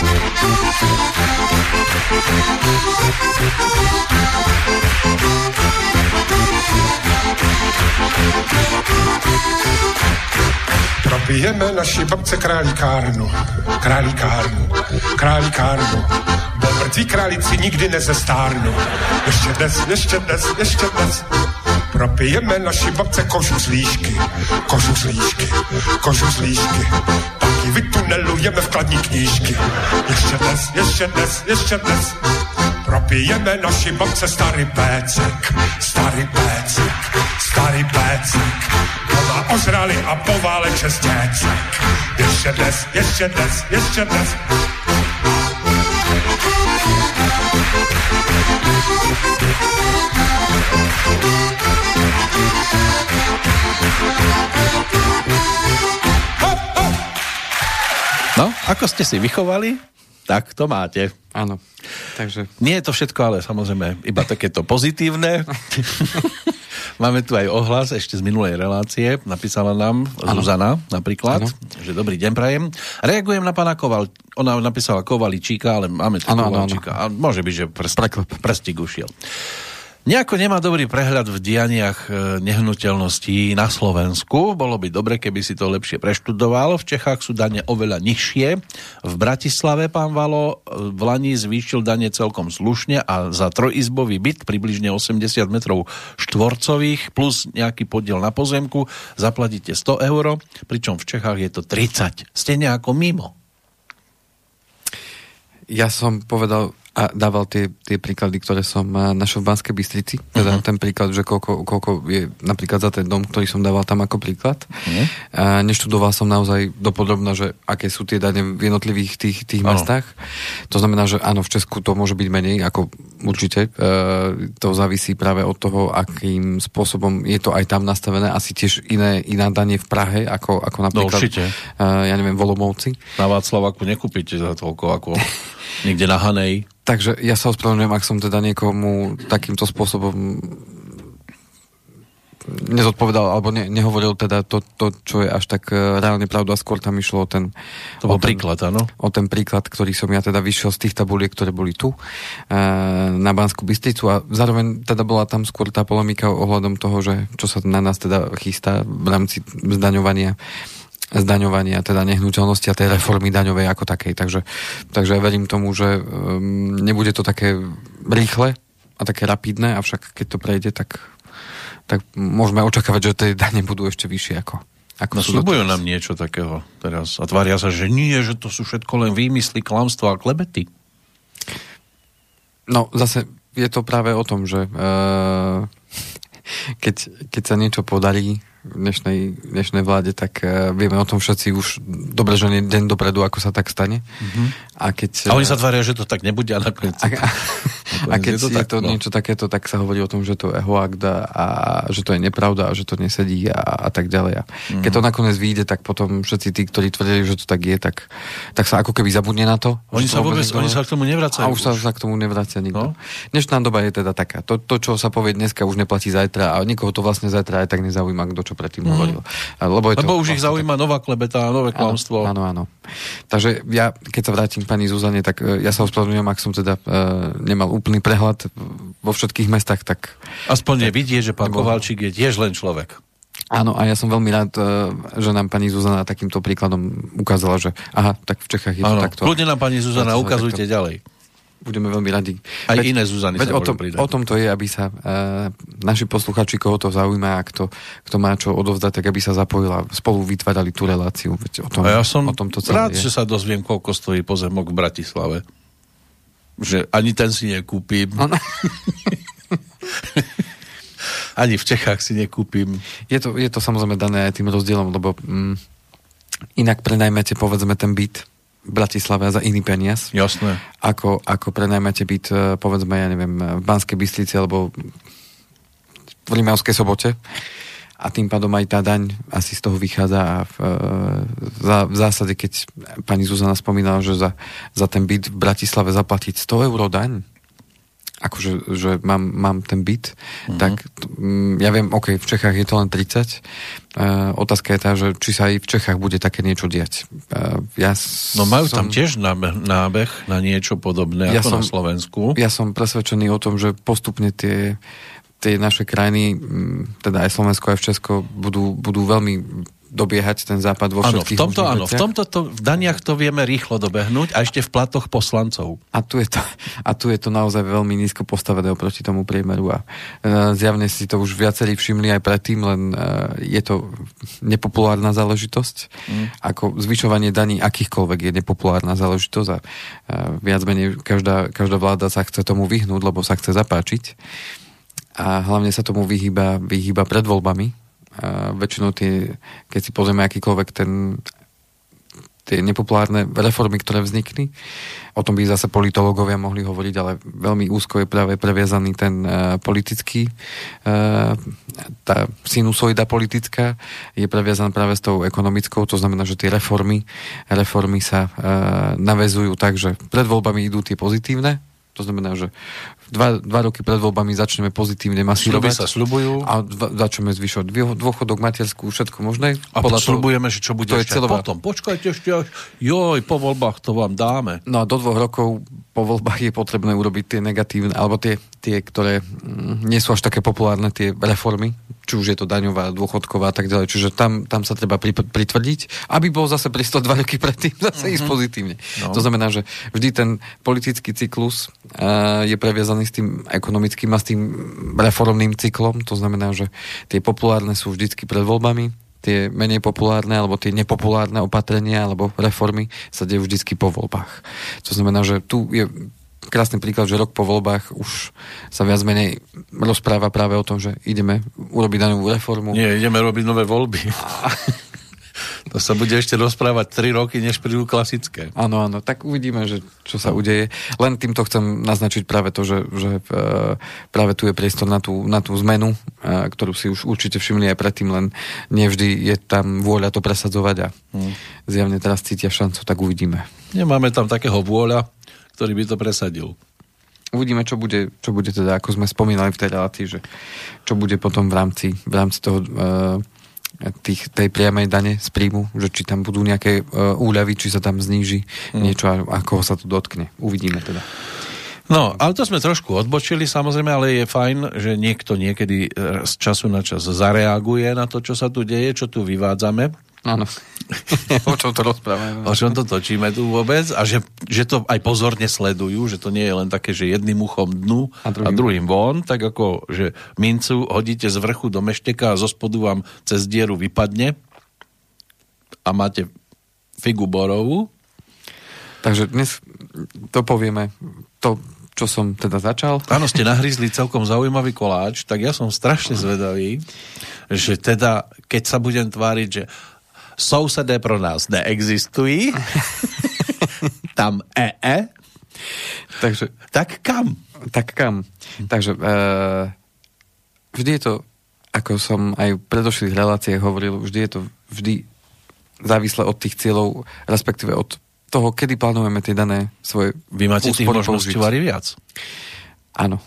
Propijeme naši babce králíkárnu. tví králíci nikdy nezestárnou. Ještě dnes. Propijeme naši babce kožuslíšky. Taky vytunelujeme vkladní knížky. Ještě dnes. Propijeme naši babce starý pécek. Doma ožrali a pováleček stěcek. Ještě dnes. No, ako ste si vychovali, tak to máte. Áno, takže... Nie je to všetko, ale samozrejme iba takéto pozitívne. Máme tu aj ohlas ešte z minulej relácie. Napísala nám Zuzana napríklad, že dobrý deň prajem. Reagujem na pána Ona napísala Kovaličíka, ale máme tu Kovalčíka. A môže byť, že prstík ušiel. Nejako nemá dobrý prehľad v dianiach nehnuteľností na Slovensku. Bolo by dobre, keby si to lepšie preštudoval. V Čechách sú dane oveľa nižšie. V Bratislave, pán Valo, v lani zvýšil dane celkom slušne a za trojizbový byt, približne 80 metrov štvorcových, plus nejaký podiel na pozemku, zaplatíte 100 €, pričom v Čechách je to 30. Ste nejako mimo. Ja som povedal a dával tie príklady, ktoré som našiel v Banskej Bystrici. Teda ten príklad, že koľko je napríklad za ten dom, ktorý som dával tam ako príklad. Neštudoval som naozaj dopodrobne, že aké sú tie dane v jednotlivých tých mestách. To znamená, že áno, v Česku to môže byť menej, ako určite. To závisí práve od toho, akým spôsobom je to aj tam nastavené. Asi tiež iná danie v Prahe, ako napríklad ja neviem, v Olomouci. Na Václavaku nekúpite za toľko ako niekde na Hanej. Takže ja sa ospravedlňujem, ak som teda niekomu takýmto spôsobom nezodpovedal, alebo nehovoril teda to, čo je až tak reálne pravda, skôr tam išlo o ten... To bol príklad, áno? O ten príklad, ktorý som ja teda vyšiel z tých tabuliek, ktoré boli tu, na Banskú Bystricu, a zároveň teda bola tam skôr tá polemika ohľadom toho, že čo sa na nás teda chystá v rámci zdaňovania teda nehnuteľnosti a tej reformy daňovej ako takej. Takže ja verím tomu, že nebude to také rýchle a také rapidné, avšak keď to prejde, tak môžeme očakávať, že tie dane budú ešte vyššie ako no sľubujú nám niečo takého teraz a tvária sa, že nie, že to sú všetko len výmysly, klamstvo a klebety. No zase je to práve o tom, že keď sa niečo podarí v dnešnej vláde, tak vieme o tom všetci už dobre, že nie deň dopredu, ako sa tak stane. A oni sa tvária, že to tak nebude a nakoniec... A keď je to niečo takéto, tak sa hovorí o tom, že to je hoax a že to je nepravda a že to nesedí a tak ďalej. A keď to nakoniec vyjde, tak potom všetci tí, ktorí tvrdili, že to tak je, tak sa ako keby zabudne na to. Oni sa k tomu nevracajú. A už sa k tomu nevracia nikto. Dnešná doba je teda taká. To, čo sa povie dneska, už neplatí zajtra a nikoho to vlastne zajtra aj tak nezaujíma, kto čo predtým hovoril. Lebo už ich zaujíma nová klebeta a nové klamstvo. Áno. Takže ja, keď sa vrátim k pani Zuzane, tak ja sa ospravedlňujem, ak som teda nemal úplný prehľad vo všetkých mestách, tak... Aspoň vidie, že pán Kovalčík je tiež len človek. Áno, a ja som veľmi rád, že nám pani Zuzana takýmto príkladom ukázala, že aha, tak v Čechách je to takto. Kľudne nám pani Zuzana ukazujte ďalej. Budeme veľmi radi. Aj iné Zuzany sa môžu pridať. O tom to je, aby sa naši posluchači, koho to zaujíma a kto má čo odovzdať, tak aby sa zapojila, spolu vytvárali tú reláciu. Ja som rád, že sa dozviem, koľko stojí pozemok v Bratislave. Že ani ten si nekúpim. Ani v Čechách si nekúpim. Je to samozrejme dané aj tým rozdielom, lebo inak prenajmete, povedzme, ten byt v Bratislave za iný peniaz. Jasné. Ako prenajmete byt, povedzme, ja neviem, v Banskej Bystrici alebo v Rimavskej Sobote. A tým pádom aj tá daň asi z toho vychádza a v zásade, keď pani Zuzana spomínala, že za ten byt v Bratislave zaplatiť 100 € daň, akože že mám ten byt, tak ja viem, v Čechách je to len 30. Otázka je tá, že či sa aj v Čechách bude také niečo diať. Majú tam tiež nábeh na niečo podobné ako na Slovensku. Ja som presvedčený o tom, že postupne tie naše krajiny, teda aj Slovensko, aj v Česko, budú veľmi dobiehať ten západ vo všetkých v daniach to vieme rýchlo dobehnúť a ešte v platoch poslancov. A tu je to naozaj veľmi nízko postavené oproti tomu priemeru a zjavne si to už viacerí všimli aj predtým, len je to nepopulárna záležitosť. Ako zvyšovanie daní akýchkoľvek je nepopulárna záležitosť a viac menej každá vláda sa chce tomu vyhnúť, lebo sa chce zapáčiť. A hlavne sa tomu vyhýba pred voľbami. A väčšinou keď si pozrieme akýkoľvek tie nepopulárne reformy, ktoré vznikli, o tom by zase politológovia mohli hovoriť, ale veľmi úzko je práve previazaný ten politický, tá sinusoida politická je previazaná práve s tou ekonomickou, to znamená, že tie reformy sa naväzujú tak, že pred voľbami idú tie pozitívne. To znamená, že 2 roky pred voľbami začneme pozitívne masírovať. Sľuby sa sľubujú. A začneme zvyšovať dôchodok, materskú, všetko možné. A sľubujeme, že čo bude ešte potom. Počkajte ešte, po voľbách to vám dáme. No a do 2 rokov po voľbách je potrebné urobiť tie negatívne, alebo tie ktoré nie sú až také populárne, tie reformy, či už je to daňová, dôchodková a tak ďalej. Čiže tam sa treba pritvrdiť, aby bol zase pri 102 roky predtým zase ísť pozitívne. No. To znamená, že vždy ten politický cyklus je previazaný s tým ekonomickým a s tým reformným cyklom. To znamená, že tie populárne sú vždycky pred voľbami, tie menej populárne alebo tie nepopulárne opatrenia alebo reformy sa dejú vždycky po voľbách. To znamená, že tu je krásny príklad, že rok po voľbách už sa viac menej rozpráva práve o tom, že ideme urobiť daňovú reformu. Nie, ideme robiť nové voľby. To sa bude ešte rozprávať 3 roky, než prídu klasické. Áno, tak uvidíme, že čo sa udeje. Len týmto chcem naznačiť práve to, že práve tu je priestor na tú zmenu, ktorú si už určite všimli aj predtým, len nevždy je tam vôľa to presadzovať a zjavne teraz cítia šancu, tak uvidíme. Nemáme tam takého vôľa, ktorý by to presadil. Uvidíme, čo bude teda, ako sme spomínali v tej relácii, že čo bude potom v rámci toho tej priamej dane z príjmu, že či tam budú nejaké úľavy, či sa tam zníži niečo a ako sa to dotkne. Uvidíme teda. No, ale to sme trošku odbočili, samozrejme, ale je fajn, že niekto niekedy z času na čas zareaguje na to, čo sa tu deje, čo tu vyvádzame. Áno. O čom to rozprávame? O čom to točíme tu vôbec a že to aj pozorne sledujú, že to nie je len také, že jedným uchom dnu a druhým von, tak ako, že mincu hodíte z vrchu do mešteka a zo spodu vám cez dieru vypadne a máte figu borovú. Takže dnes to povieme, to, čo som teda začal. Áno, ste nahryzli celkom zaujímavý koláč, tak ja som strašne zvedavý, že teda, keď sa budem tváriť, že sousedé pro nás neexistují. Tam Takže, tak kam? Takže vždy je to, ako som aj v predošlých reláciách hovoril, vždy je to závislé od tých cieľov, respektíve od toho, kedy plánujeme tie dané svoje úspory. Vy máte tých možností viac. Áno.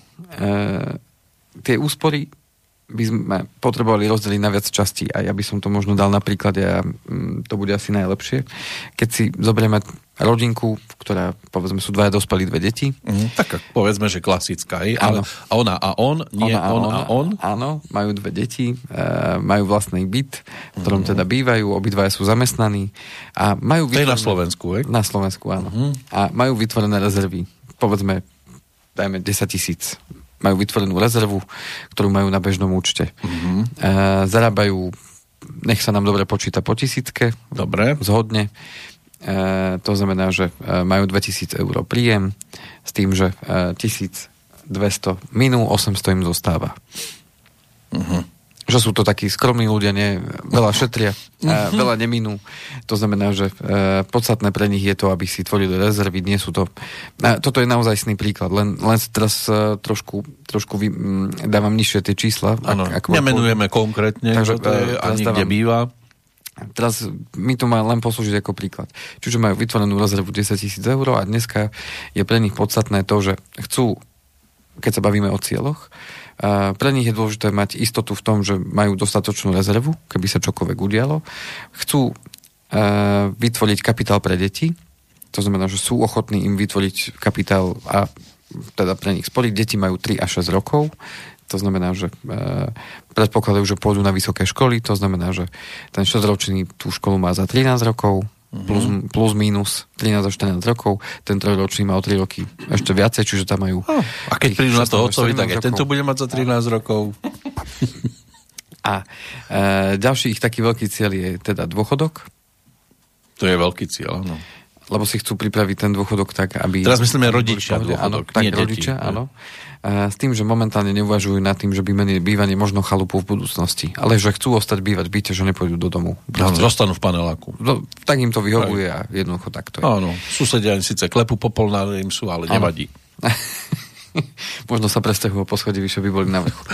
Tie úspory by sme potrebovali rozdeliť na viac častí a ja by som to možno dal napríklad, to bude asi najlepšie. Keď si zoberieme rodinku, ktorá, povedzme, sú 2 dospelí, 2 deti. Tak povedzme, že klasická. Ale ona a on, nie on a on. Áno, majú 2 deti, majú vlastný byt, v ktorom teda bývajú, obidvaja sú zamestnaní a majú to je na Slovensku, Na Slovensku, áno. A majú vytvorené rezervy. Povedzme, dajme 10 000. Majú vytvorenú rezervu, ktorú majú na bežnom účte. Zarábajú, nech sa nám dobre počíta, po 1000. Dobre. Zhodne. To znamená, že majú 2000 eur príjem s tým, že 1200 minú, 800 im zostáva. Že sú to takí skromní ľudia, veľa šetria, veľa neminú. To znamená, že podstatné pre nich je to, aby si tvorili rezervy, nie sú to... Toto je naozajstný príklad, len teraz trošku dávam nižšie tie čísla. Nemenujeme konkrétne, takže to je, ani kde býva. Teraz mi to má len poslúžiť ako príklad. Čiže majú vytvorenú rezervu 10 000 eur a dneska je pre nich podstatné to, že chcú, keď sa bavíme o cieľoch, pre nich je dôležité mať istotu v tom, že majú dostatočnú rezervu, keby sa čokoľvek udialo. Chcú vytvoriť kapitál pre deti, to znamená, že sú ochotní im vytvoriť kapitál a teda pre nich sporiť. Deti majú 3 až 6 rokov, To znamená, že predpokladajú, že pôjdu na vysoké školy, to znamená, že ten 4-ročný tú školu má za 13 rokov, plus minus 13 až 14 rokov, ten 3-ročný má o 3 roky ešte viacej, čiže tam majú... A keď prídu na to otcovi, tak aj tento bude mať za 13 rokov. A ďalší ich taký veľký cieľ je teda dôchodok. To je veľký cieľ, áno. Lebo si chcú pripraviť ten dôchodok tak, aby... Teraz myslíme rodičia dôchodok, áno, tak nie rodičia, deti. Áno. S tým, že momentálne neuvažujú nad tým, že by menili bývanie možno chalupu v budúcnosti. Ale že chcú ostať bývať v byte, že nepôjdu do domu. Áno, zostanú v paneláku. No, tak im to vyhovuje a jednoducho tak to je. Áno, susedia síce klepu popolnári im sú, ale nevadí. Možno sa presťahujú po schodí, vyššie by boli na vrchu.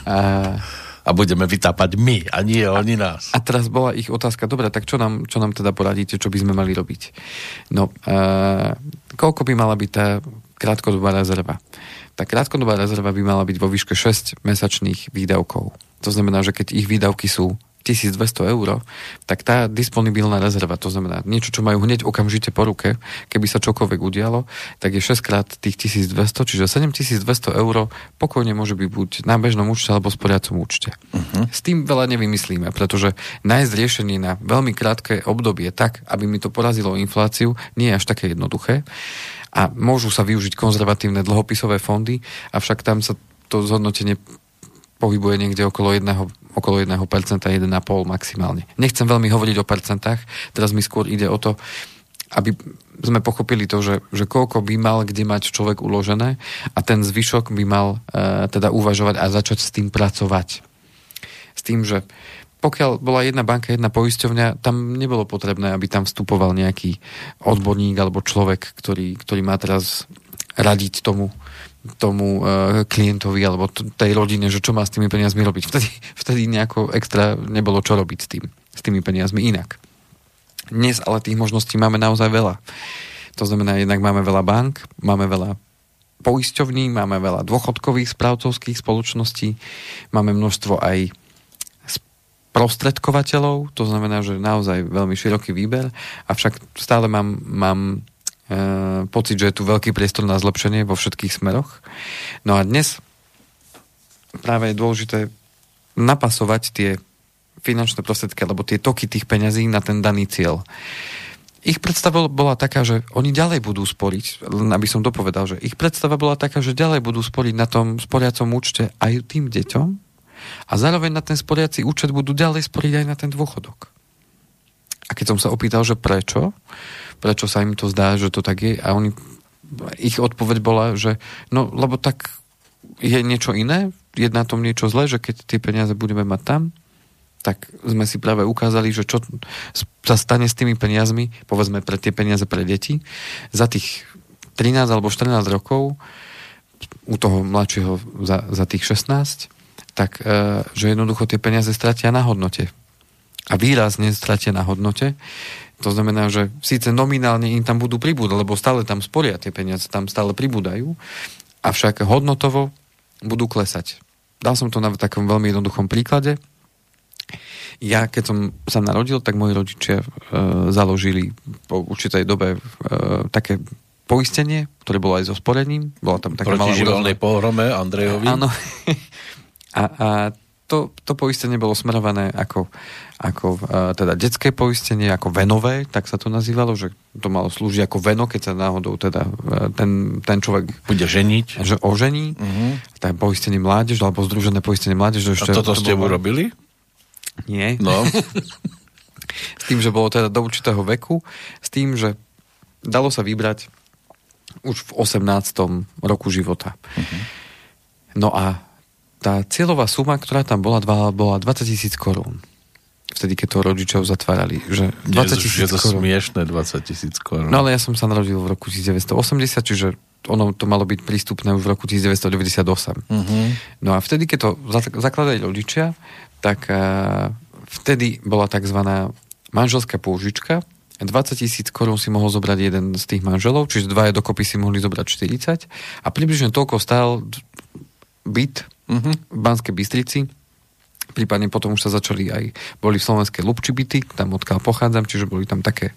A budeme vytápať my, a nie oni nás. A teraz bola ich otázka, dobre, tak čo nám teda poradíte, čo by sme mali robiť? No, koľko by mala byť tá krátkodobá rezerva? Tá krátkodobá rezerva by mala byť vo výške 6 mesačných výdavkov. To znamená, že keď ich výdavky sú 1200 eur, tak tá disponibilná rezerva, to znamená niečo, čo majú hneď okamžite po ruke, keby sa čokoľvek udialo, tak je 6 krát tých 1200, čiže 7200 eur pokojne môže byť buď na bežnom účte alebo sporiacom účte. S tým veľa nevymyslíme, pretože nájsť riešenie na veľmi krátke obdobie tak, aby mi to porazilo infláciu, nie je až také jednoduché. A môžu sa využiť konzervatívne dlhopisové fondy, avšak tam sa to zhodnotenie pohybuje niekde okolo 1%, 1,5% maximálne. Nechcem veľmi hovoriť o percentách, teraz mi skôr ide o to, aby sme pochopili to, že koľko by mal kde mať človek uložené a ten zvyšok by mal teda uvažovať a začať s tým pracovať. S tým, že pokiaľ bola jedna banka, jedna poisťovňa, tam nebolo potrebné, aby tam vstupoval nejaký odborník alebo človek, ktorý má teraz radiť tomu klientovi alebo tej rodine, že čo má s tými peniazmi robiť. Vtedy nejako extra nebolo čo robiť s tými peniazmi inak. Dnes ale tých možností máme naozaj veľa. To znamená, jednak máme veľa bank, máme veľa poisťovní, máme veľa dôchodkových správcovských spoločností, máme množstvo aj sprostredkovateľov, to znamená, že naozaj veľmi široký výber, avšak stále mám pocit, že je tu veľký priestor na zlepšenie vo všetkých smeroch. No a dnes práve je dôležité napasovať tie finančné prostriedky, alebo tie toky tých peňazí na ten daný cieľ. Ich predstava bola taká, že oni ďalej budú sporiť, len aby som dopovedal, že ich predstava bola taká, že ďalej budú sporiť na tom sporiacom účte aj tým deťom a zároveň na ten sporiaci účet budú ďalej sporiť aj na ten dôchodok. A keď som sa opýtal, že prečo sa im to zdá, že to tak je, a ich odpoveď bola, že no, lebo tak je niečo iné, je na tom niečo zlé, že keď tie peniaze budeme mať tam, tak sme si práve ukázali, že čo sa stane s tými peniazmi, povedzme pre tie peniaze pre deti, za tých 13 alebo 14 rokov, u toho mladšieho za tých 16, tak že jednoducho tie peniaze stratia na hodnote. A výrazne stratia na hodnote. To znamená, že síce nominálne im tam budú pribúdať, lebo stále tam sporia tie peniaze, tam stále pribúdajú, avšak hodnotovo budú klesať. Dal som to na takom veľmi jednoduchom príklade. Ja, keď som sa narodil, tak moji rodičia založili po určitej dobe také poistenie, ktoré bolo aj so sporením. Bola tam taká malá protiživelnej pohrome Andrejovi. Áno. A to poistenie bolo smerované ako teda detské poistenie, ako venové, tak sa to nazývalo, že to malo slúžiť ako veno, keď sa náhodou teda ten človek bude ženiť, že ožení. Tak poistenie mládež, alebo združené poistenie mládež. A toto ste urobili? Nie. No. S tým, že bolo teda do určitého veku, s tým, že dalo sa vybrať už v 18. roku života. No a tá cieľová suma, ktorá tam bola 20 000 korún. Vtedy, keď to rodičov zatvárali. Že 20 000 je to korún. Smiešné 20 000 korún. No ale ja som sa narodil v roku 1980, čiže ono to malo byť prístupné už v roku 1998. No a vtedy, keď to zakladali rodičia, tak vtedy bola takzvaná manželská pôžička. 20 000 korún si mohol zobrať jeden z tých manželov, čiže dvaja dokopy si mohli zobrať 40 a približne toľko stál byt v Banskej Bystrici. Prípadne potom už sa začali boli v slovenské Lubči byty, tam odkiaľ pochádzam, čiže boli tam také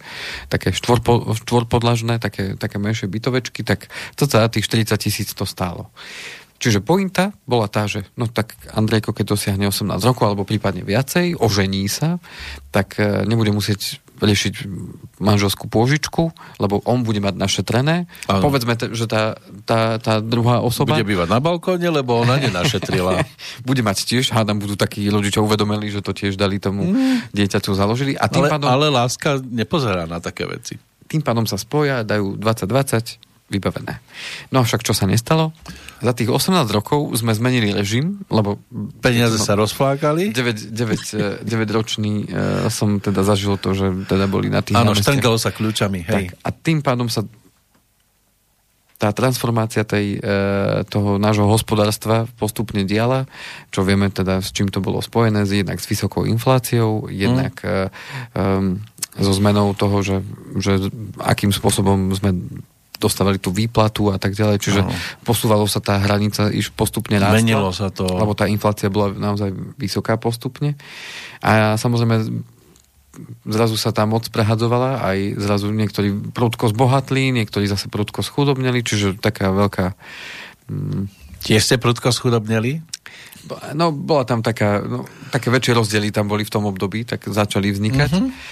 štvorpodlažné, také menšie bytovečky, tak to za tých 40 000 to stálo. Čiže pointa bola tá, že no tak Andrejko, keď dosiahne 18 rokov alebo prípadne viacej, ožení sa, tak nebude musieť riešiť manželskú pôžičku, lebo on bude mať našetrené. Ano. Povedzme, že tá druhá osoba... Bude bývať na balkóne, lebo ona nenašetrila. Bude mať tiež, hádam, budú takí rodičia uvedomili, že to tiež dali tomu dieťaťu založili. A tým pádom, ale láska nepozerá na také veci. Tým pádom sa spoja, dajú 20-20, vybavené. No však čo sa nestalo? Za tých 18 rokov sme zmenili režim, lebo... Peniaze sa rozflákali? 9-ročný som teda zažil to, že teda boli na tých... Áno, štrngalo sa kľúčami, hej. Tak, a tým pádom sa tá transformácia toho nášho hospodárstva postupne diala, čo vieme teda, s čím to bolo spojené, jednak s vysokou infláciou, jednak so zmenou toho, že akým spôsobom sme dostávali tú výplatu a tak ďalej, čiže posúvalo sa tá hranica, iš postupne rástla. Menilo sa to. Lebo tá inflácia bola naozaj vysoká postupne. A samozrejme zrazu sa tá moc prehadzovala, aj zrazu niektorí prudko zbohatli, niektorí zase prudko schudobneli, čiže taká veľká... Tiež ste prudko schudobneli? No, bola tam také väčšie rozdiely tam boli v tom období, tak začali vznikať.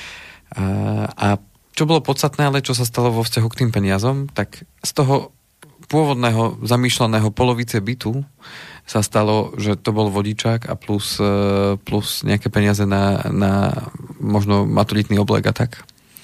A čo bolo podstatné, ale čo sa stalo vo vzťahu k tým peniazom, tak z toho pôvodného zamýšľaného polovice bytu sa stalo, že to bol vodičák a plus nejaké peniaze na možno maturitný oblek a tak.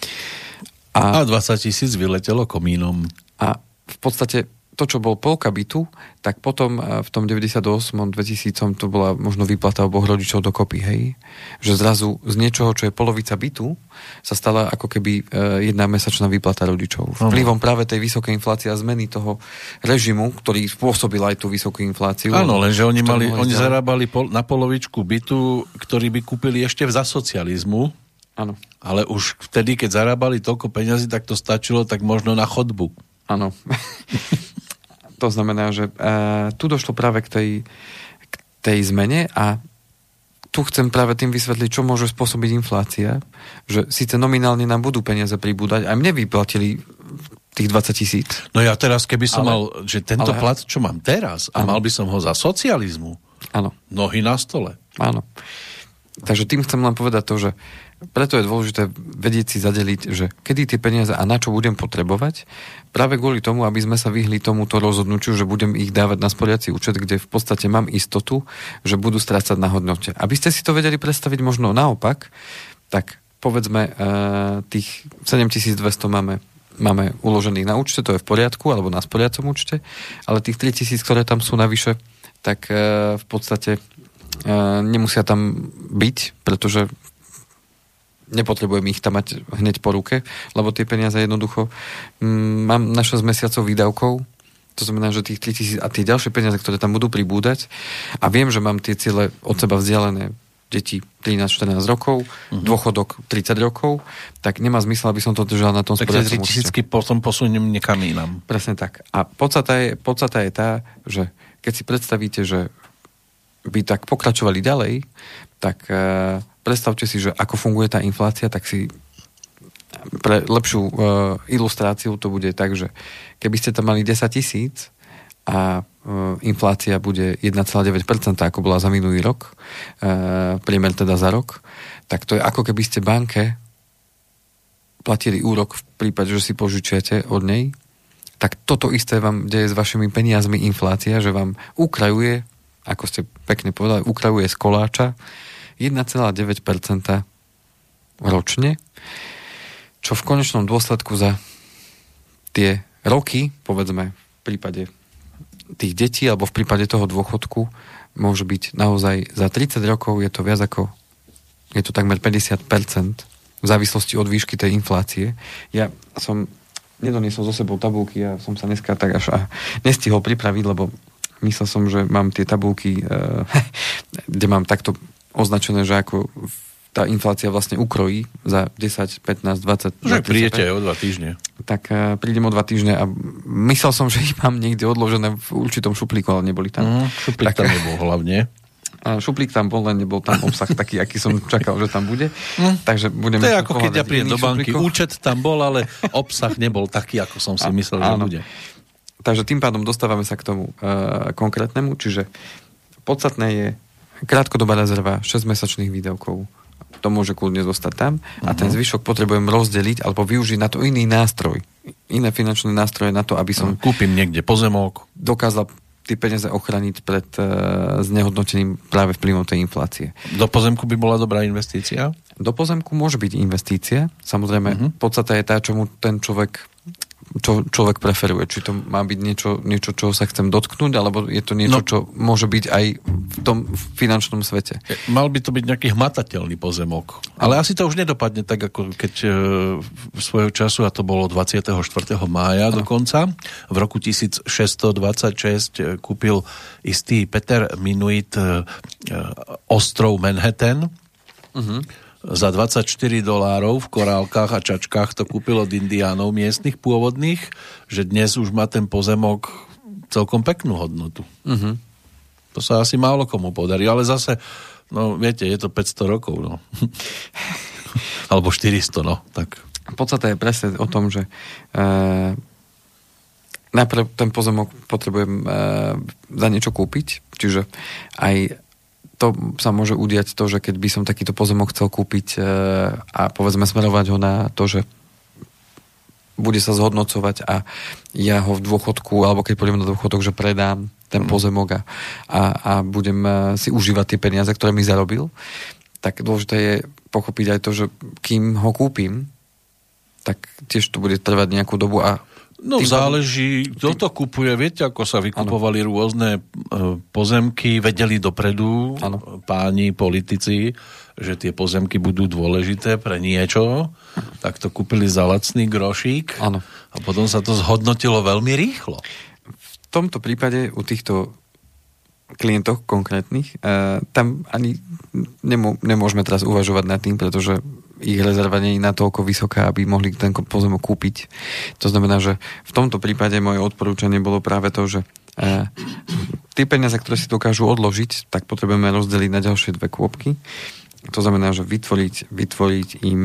A 20 000 vyletelo komínom. A v podstate to, čo bol polka bytu, tak potom v tom 98. 2000 to bola možno výplata oboch rodičov dokopy, hej? Že zrazu z niečoho, čo je polovica bytu, sa stala ako keby jedna mesačná výplata rodičov. Vplyvom práve tej vysokej inflácie a zmeny toho režimu, ktorý spôsobil aj tú vysokú infláciu. Áno, lenže oni zarábali na polovičku bytu, ktorý by kúpili ešte za socializmu. Áno. Ale už vtedy, keď zarábali toľko peňazí, tak to stačilo tak možno na chodbu. Áno. To znamená, že tu došlo práve k tej zmene a tu chcem práve tým vysvetliť, čo môže spôsobiť inflácia, že síce nominálne nám budú peniaze pribúdať, aj mne vyplatili tých 20 000. No ja teraz, keby som mal, že tento plat, čo mám teraz, a mal by som ho za socializmu, nohy na stole. Áno. Takže tým chcem len povedať to, že preto je dôležité vedieť si zadeliť, že kedy tie peniaze a na čo budem potrebovať, práve kvôli tomu, aby sme sa vyhli tomuto rozhodnutiu, že budem ich dávať na sporiaci účet, kde v podstate mám istotu, že budú strácať na hodnote. Aby ste si to vedeli predstaviť možno naopak, tak povedzme tých 7200 máme uložených na účte, to je v poriadku, alebo na sporiacom účte, ale tých 3000, ktoré tam sú navyše, tak v podstate nemusia tam byť, pretože nepotrebujem ich tam mať hneď po ruke, lebo tie peniaze jednoducho mám na 6 mesiacov výdavkov, to znamená, že tých 3000 a tie ďalšie peniaze, ktoré tam budú pribúdať a viem, že mám tie ciele od seba vzdialené, deti 13-14 rokov, dôchodok 30 rokov, tak nemá zmysel, aby som to držal na tom sporiacom účte. Tak 3000 potom posuniem niekam inám. Presne tak. A podstata je tá, že keď si predstavíte, že by tak pokračovali ďalej, tak predstavte si, že ako funguje tá inflácia, tak si pre lepšiu ilustráciu to bude tak, že keby ste tam mali 10 000 a inflácia bude 1,9%, ako bola za minulý rok, priemer teda za rok, tak to je ako keby ste banke platili úrok v prípade, že si požičiate od nej, tak toto isté vám deje s vašimi peniazmi inflácia, že vám ukrajuje, ako ste pekne povedali, ukrajuje z koláča 1,9% ročne, čo v konečnom dôsledku za tie roky, povedzme v prípade tých detí alebo v prípade toho dôchodku môže byť naozaj za 30 rokov je to viac ako, je to takmer 50% v závislosti od výšky tej inflácie. Ja som nedoniesol so sebou tabulky, ja som sa dneska tak až nestihol pripraviť, lebo myslel som, že mám tie tabulky, kde mám takto označené, že ako tá inflácia vlastne ukrojí za 10, 15, 20... Že prídete o 2 týždne. Tak prídem o 2 týždne a myslel som, že ich mám niekde odložené v určitom šuplíku, ale neboli tam. Šuplík tam nebol hlavne. Šuplík tam bol, len nebol tam obsah taký, aký som čakal, že tam bude. Takže budeme... To je ako keď ja prídem do banky. Účet tam bol, ale obsah nebol taký, ako som si myslel, že bude. Takže tým pádom dostávame sa k tomu konkrétnemu, čiže podstatné je krátkodobá rezerva 6-mesačných výdavkov. To môže kľudne zostať tam a ten zvyšok potrebujem rozdeliť alebo využiť na to iný nástroj. Iné finančné nástroje na to, aby som... Kúpim niekde pozemok. Dokázal tie peniaze ochraniť pred znehodnotením práve vplyvom tej inflácie. Do pozemku by bola dobrá investícia? Do pozemku môže byť investícia. Samozrejme, podstata je tá, čomu ten človek preferuje. Či to má byť niečo, čo sa chcem dotknúť, alebo je to niečo, čo môže byť aj v tom finančnom svete. Mal by to byť nejaký hmatateľný pozemok. Ale asi to už nedopadne tak, ako keď svojho času, a to bolo 24. mája dokonca, v roku 1626 kúpil istý Peter Minuit ostrov Manhattan. Za $24 v korálkach a čačkách to kúpil od indiánov miestnych pôvodných, že dnes už má ten pozemok celkom peknú hodnotu. To sa asi málo komu podarí, ale zase, no viete, je to 500 rokov, no. Alebo 400, no. Tak. Podstata je presne o tom, že najprv ten pozemok potrebujem za niečo kúpiť, čiže aj to sa môže udiať to, že keď by som takýto pozemok chcel kúpiť a povedzme smerovať ho na to, že bude sa zhodnocovať a ja ho v dôchodku, alebo keď pôjdem na dôchodok, že predám ten pozemok a budem si užívať tie peniaze, ktoré mi zarobil, tak dôležité je pochopiť aj to, že kým ho kúpim, tak tiež to bude trvať nejakú dobu a no záleží, kto to kupuje. Viete, ako sa vykupovali rôzne pozemky, vedeli dopredu páni politici, že tie pozemky budú dôležité pre niečo, tak to kúpili za lacný grošík a potom sa to zhodnotilo veľmi rýchlo. V tomto prípade u týchto klientov konkrétnych, tam ani nemôžeme teraz uvažovať nad tým, pretože ich rezerva nie je natoľko vysoká, aby mohli ten pozemok kúpiť. To znamená, že v tomto prípade moje odporúčanie bolo práve to, že tie peniaze, ktoré si dokážu odložiť, tak potrebujeme rozdeliť na ďalšie 2 kôpky. To znamená, že vytvoriť im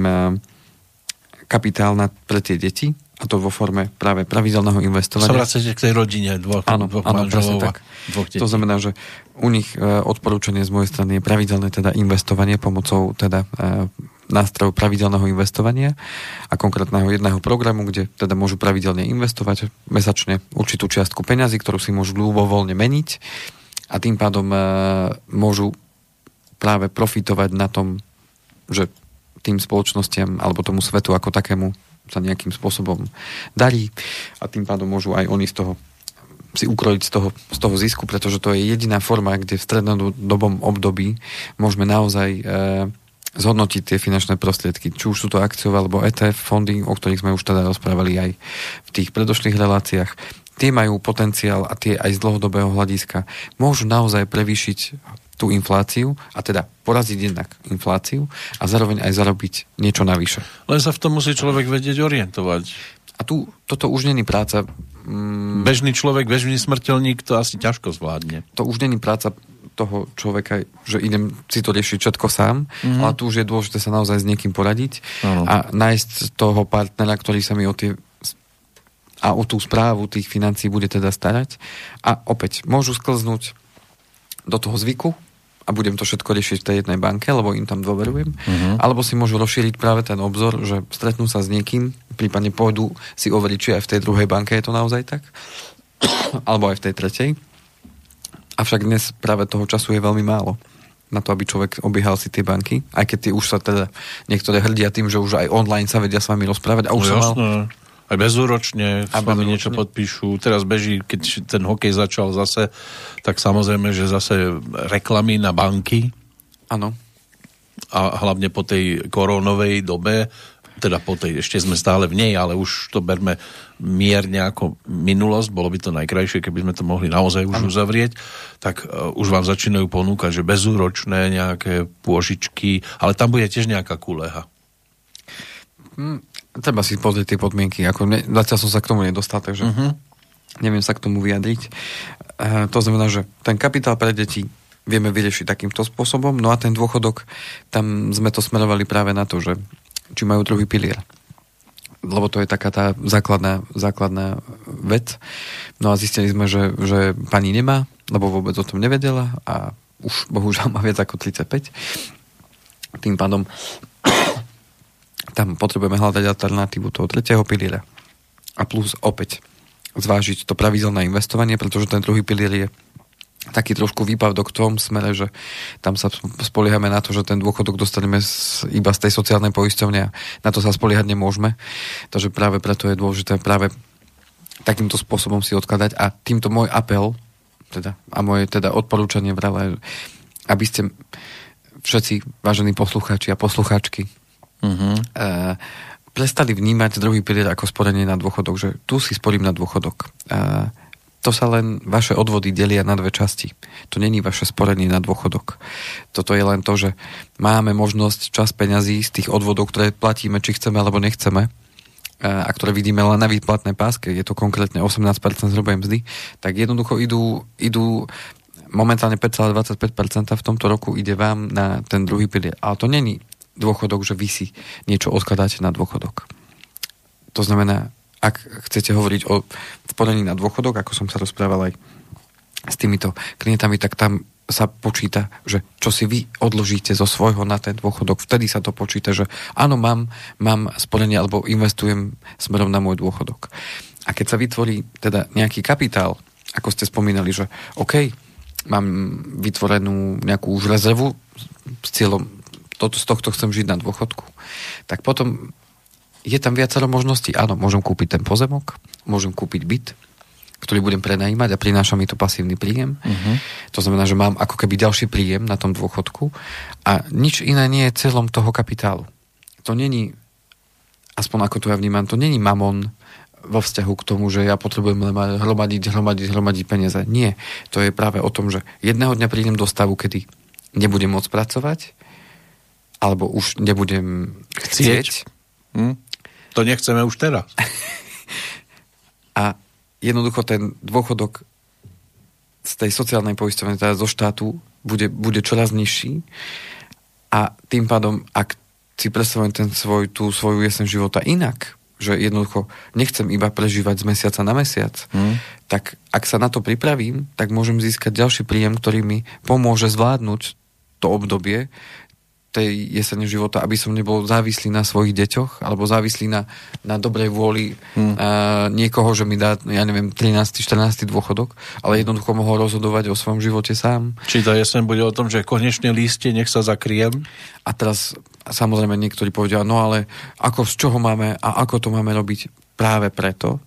kapitál pre tie deti, a to vo forme práve pravidelného investovania. Sa vracete k tej rodine dvoch manželov a 2 detí. To znamená, že u nich odporúčanie z mojej strany je pravidelné teda investovanie pomocou teda nástrojov pravidelného investovania a konkrétneho jedného programu, kde teda môžu pravidelne investovať mesačne určitú čiastku peňazí, ktorú si môžu ľubovoľne meniť a tým pádom môžu práve profitovať na tom, že tým spoločnostiam alebo tomu svetu ako takému sa nejakým spôsobom darí a tým pádom môžu aj oni z toho si ukrojiť z toho zisku, pretože to je jediná forma, kde v strednodobom období môžeme naozaj zhodnotiť tie finančné prostriedky. Či už sú to akciové alebo ETF fondy, o ktorých sme už teda rozprávali aj v tých predošlých reláciách. Tie majú potenciál a tie aj z dlhodobého hľadiska môžu naozaj prevýšiť tú infláciu a teda poraziť jednak infláciu a zároveň aj zarobiť niečo navyše. Len sa v tom musí človek vedieť orientovať. A toto už není práca... Bežný človek, bežný smrteľník to asi ťažko zvládne. To už není práca toho človeka, že idem si to riešiť všetko sám, ale tu už je dôležité sa naozaj s niekým poradiť a nájsť toho partnera, ktorý sa mi o tú správu tých financií bude teda starať. A opäť, môžu sklznúť do toho zvyku a budem to všetko riešiť v tej jednej banke, lebo im tam dôverujem. Alebo si môžu rozšíriť práve ten obzor, že stretnú sa s niekým, prípadne pôjdu si overiť, či aj v tej druhej banke je to naozaj tak, alebo aj v tej tretej. Avšak dnes práve toho času je veľmi málo na to, aby človek obiehal si tie banky, aj keď tie už sa teda niektoré hrdia tým, že už aj online sa vedia s vami rozprávať a už sa mal... Aj bezúročne s vami niečo podpíšu. Teraz beží, keď ten hokej začal zase, tak samozrejme, že zase reklamy na banky. Áno. A hlavne po tej koronovej dobe, teda po tej, ešte sme stále v nej, ale už to berme mierne ako minulosť, bolo by to najkrajšie, keby sme to mohli naozaj už uzavrieť, tak už vám začínajú ponúkať, že bezúročné nejaké pôžičky, ale tam bude tiež nejaká kuleha. Treba si pozrieť tie podmienky. Zatiaľ som sa k tomu nedostal, takže neviem sa k tomu vyjadriť. To znamená, že ten kapitál pre deti vieme vyriešiť takýmto spôsobom, no a ten dôchodok, tam sme to smerovali práve na to, že či majú druhý pilier. Lebo to je taká tá základná vec. No a zistili sme, že pani nemá, lebo vôbec o tom nevedela a už bohužiaľ má viac ako 35. Tým pádom tam potrebujeme hľadať alternatívu toho tretieho piliera. A plus opäť zvážiť to pravidelné investovanie, pretože ten druhý pilier je taký trošku výpadok v tom smere, že tam sa spoliehame na to, že ten dôchodok dostaneme iba z tej sociálnej poisťovne a na to sa spoliehať nemôžeme. Takže práve preto je dôležité práve takýmto spôsobom si odkladať a týmto môj apel a moje odporúčanie vrele, aby ste všetci, vážení poslucháči a poslucháčky, prestali vnímať druhý pilier ako sporenie na dôchodok, že tu si sporím na dôchodok. To sa len vaše odvody delia na dve časti. To není vaše sporenie na dôchodok. Toto je len to, že máme možnosť čas peňazí z tých odvodov, ktoré platíme, či chceme alebo nechceme, a ktoré vidíme len na výplatnej páske, je to konkrétne 18% hrubej mzdy, tak jednoducho idú momentálne 5,25% v tomto roku ide vám na ten druhý pilier. Ale to není dôchodok, že vy si niečo odkladáte na dôchodok. To znamená, ak chcete hovoriť o sporení na dôchodok, ako som sa rozprával aj s týmito klientami, tak tam sa počíta, že čo si vy odložíte zo svojho na ten dôchodok, vtedy sa to počíta, že áno, mám sporenie alebo investujem smerom na môj dôchodok. A keď sa vytvorí teda nejaký kapitál, ako ste spomínali, že OK, mám vytvorenú nejakú už rezervu s cieľom, z tohto chcem žiť na dôchodku, tak potom je tam viacero možností. Áno, môžem kúpiť ten pozemok, môžem kúpiť byt, ktorý budem prenajímať a prináša mi to pasívny príjem. To znamená, že mám ako keby ďalší príjem na tom dôchodku a nič iné nie je cieľom toho kapitálu. To není, aspoň ako to ja vnímam, to není mamon vo vzťahu k tomu, že ja potrebujem len hromadiť peniaze. Nie. To je práve o tom, že jedného dňa prídem do stavu, kedy nebudem môcť pracovať alebo už nebudem chcieť. To nechceme už teraz. A jednoducho ten dôchodok z tej sociálnej poisťovne, teda zo štátu, bude čoraz nižší a tým pádom, ak si predstavujem tú svoju jeseň života inak, že jednoducho nechcem iba prežívať z mesiaca na mesiac, tak ak sa na to pripravím, tak môžem získať ďalší príjem, ktorý mi pomôže zvládnuť to obdobie tej jesene života, aby som nebol závislý na svojich deťoch, alebo závislý na dobrej vôli niekoho, že mi dá, ja neviem, 13. 14. dôchodok, ale jednoducho mohol rozhodovať o svojom živote sám. Či tá jeseň bude o tom, že konečne lístie, nech sa zakriem? A teraz samozrejme niektorí povedia, no ale z čoho máme a ako to máme robiť? Práve preto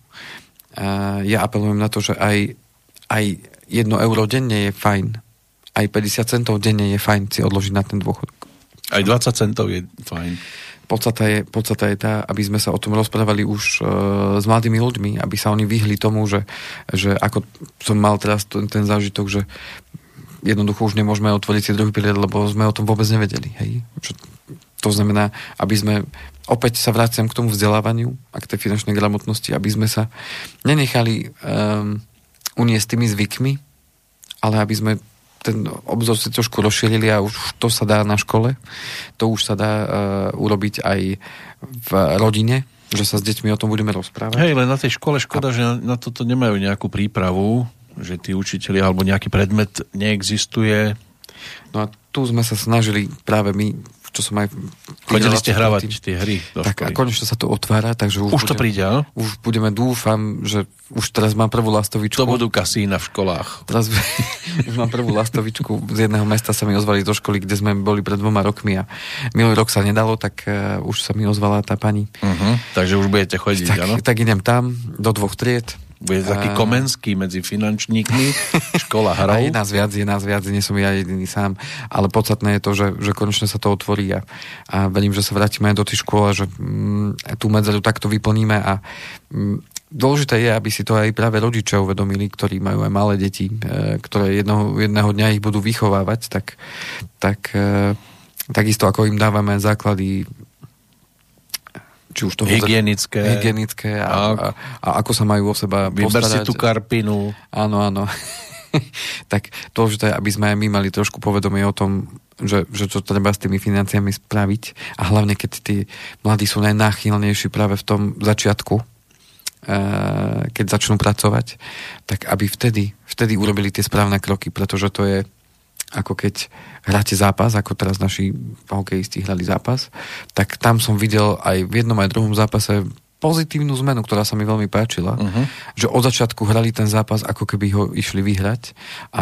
ja apelujem na to, že aj 1 euro denne je fajn. Aj 50 centov denne je fajn si odložiť na ten dôchodok. Aj 20 centov je fajn. Podstata je tá, aby sme sa o tom rozprávali už s mladými ľuďmi, aby sa oni vyhli tomu, že ako som mal teraz ten zážitok, že jednoducho už nemôžeme otvoriť si druhý pilier, lebo sme o tom vôbec nevedeli. Hej? To znamená, aby sme, opäť sa vraciam k tomu vzdelávaniu a k tej finančnej gramotnosti, aby sme sa nenechali uniesť tými zvykmi, ale aby sme ten obzor si trošku rozšírili a už to sa dá na škole, to už sa dá urobiť aj v rodine, že sa s deťmi o tom budeme rozprávať. Hej, len na tej škole škoda, že na toto nemajú nejakú prípravu, že tí učitelia alebo nejaký predmet neexistuje. No a tu sme sa snažili práve my, čo som aj... Chodili ste hrávať tie hry do tak školy. A konečne sa to otvára, takže už to príde, áno? Už dúfam, že už teraz mám prvú lastovičku. To budú kasína v školách. Teraz už mám prvú lastovičku. Z jedného mesta sa mi ozvali do školy, kde sme boli pred 2 rokmi a minulý rok sa nedalo, tak už sa mi ozvala tá pani. Takže už budete chodiť, áno? Tak idem tam, do 2 tried. Bude taký Komenský medzi finančníkmi, škola hrou. A je nás viac, nie som ja jediný sám. Ale podstatné je to, že konečne sa to otvorí a verím, že sa vrátime aj do tej školy, že tú medzeru takto vyplníme a dôležité je, aby si to aj práve rodičia uvedomili, ktorí majú aj malé deti, ktoré jedného dňa ich budú vychovávať, takisto ako im dávame základy či už toho hygienické a ako sa majú o seba vyber si tú karpinu. Áno. Tak dôležité je, aby sme aj my mali trošku povedomie o tom, že čo treba s tými financiami spraviť a hlavne keď tí mladí sú najnáchylnejší práve v tom začiatku, keď začnú pracovať, tak aby vtedy urobili tie správne kroky, pretože to je ako keď hráte zápas, ako teraz naši hokejisti hrali zápas, tak tam som videl aj v jednom aj druhom zápase pozitívnu zmenu, ktorá sa mi veľmi páčila, že od začiatku hrali ten zápas, ako keby ho išli vyhrať.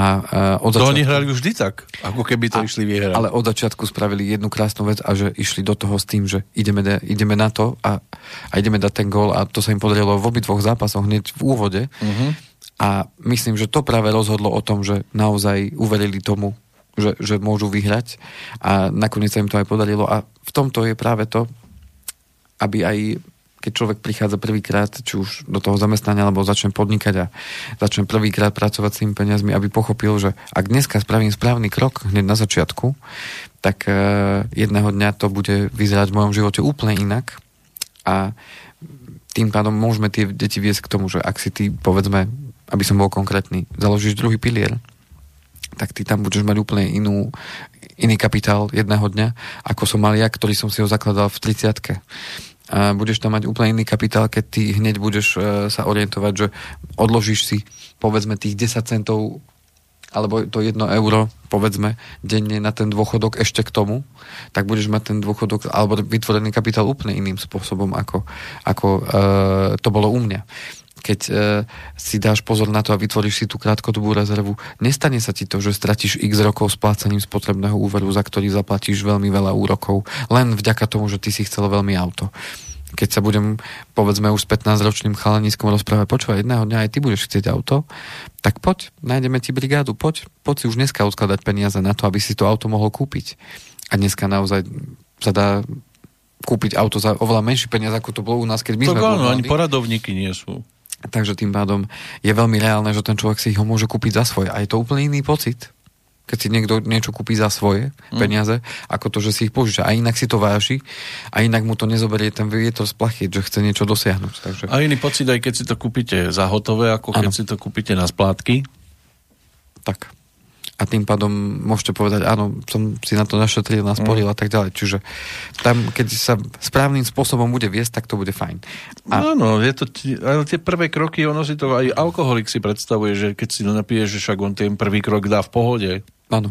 Od začiatku, oni hrali vždy tak, ako keby to išli vyhrať. Ale od začiatku spravili jednu krásnu vec a že išli do toho s tým, že ideme na to a ideme dať ten gól a to sa im podarilo v obidvoch zápasoch hneď v úvode. A myslím, že to práve rozhodlo o tom, že naozaj uverili tomu, že môžu vyhrať a nakoniec sa im to aj podarilo a v tomto je práve to, aby aj keď človek prichádza prvýkrát, či už do toho zamestnania, alebo začne podnikať a začne prvýkrát pracovať s tými peniazmi, aby pochopil, že ak dneska spravím správny krok hneď na začiatku, tak jedného dňa to bude vyzerať v mojom živote úplne inak a tým pádom môžeme tie deti viesť k tomu, že ak si ty, povedzme, aby som bol konkrétny, založíš druhý pilier, tak ty tam budeš mať úplne iný kapitál jedného dňa, ako som mal ja, ktorý som si ho zakladal v 30-ke. A budeš tam mať úplne iný kapitál, keď ty hneď budeš sa orientovať, že odložíš si povedzme tých 10 centov alebo to 1 euro, povedzme, denne na ten dôchodok ešte k tomu, tak budeš mať ten dôchodok alebo vytvorený kapitál úplne iným spôsobom, ako to bolo u mňa. Keď si dáš pozor na to a vytvoríš si tú krátkodobú rezervu, nestane sa ti to, že stratíš x rokov splácaním spotrebného úveru, za ktorý zaplatíš veľmi veľa úrokov, len vďaka tomu, že ty si chcel veľmi auto. Keď sa budem, povedzme, už s 15-ročným chalaniskom rozprávať, počúvaj, jedného dňa aj ty budeš chcieť auto, tak poď, nájdeme ti brigádu, poď si už dneska odkladať peniaze na to, aby si to auto mohol kúpiť. A dneska naozaj sa dá kúpiť auto za oveľa menší peniaz, ako to bolo u nás, keď my sme boli. Ani poradovníky nie sú. Takže tým pádom je veľmi reálne, že ten človek si ho môže kúpiť za svoje. A je to úplne iný pocit, keď si niekto niečo kúpi za svoje peniaze, ako to, že si ich požiča. A inak si to váži a inak mu to nezoberie ten vietor z plachet, že chce niečo dosiahnuť. Takže... A iný pocit, aj keď si to kúpite za hotové, ako keď si to kúpite na splátky. Tak. A tým pádom môžete povedať, áno, som si na to našetril, nasporil a tak ďalej. Čiže tam, keď sa správnym spôsobom bude viesť, tak to bude fajn. Áno, je to, ale tie prvé kroky, ono si to aj alkoholik si predstavuje, že keď si to napije, že však on ten prvý krok dá v pohode. Áno.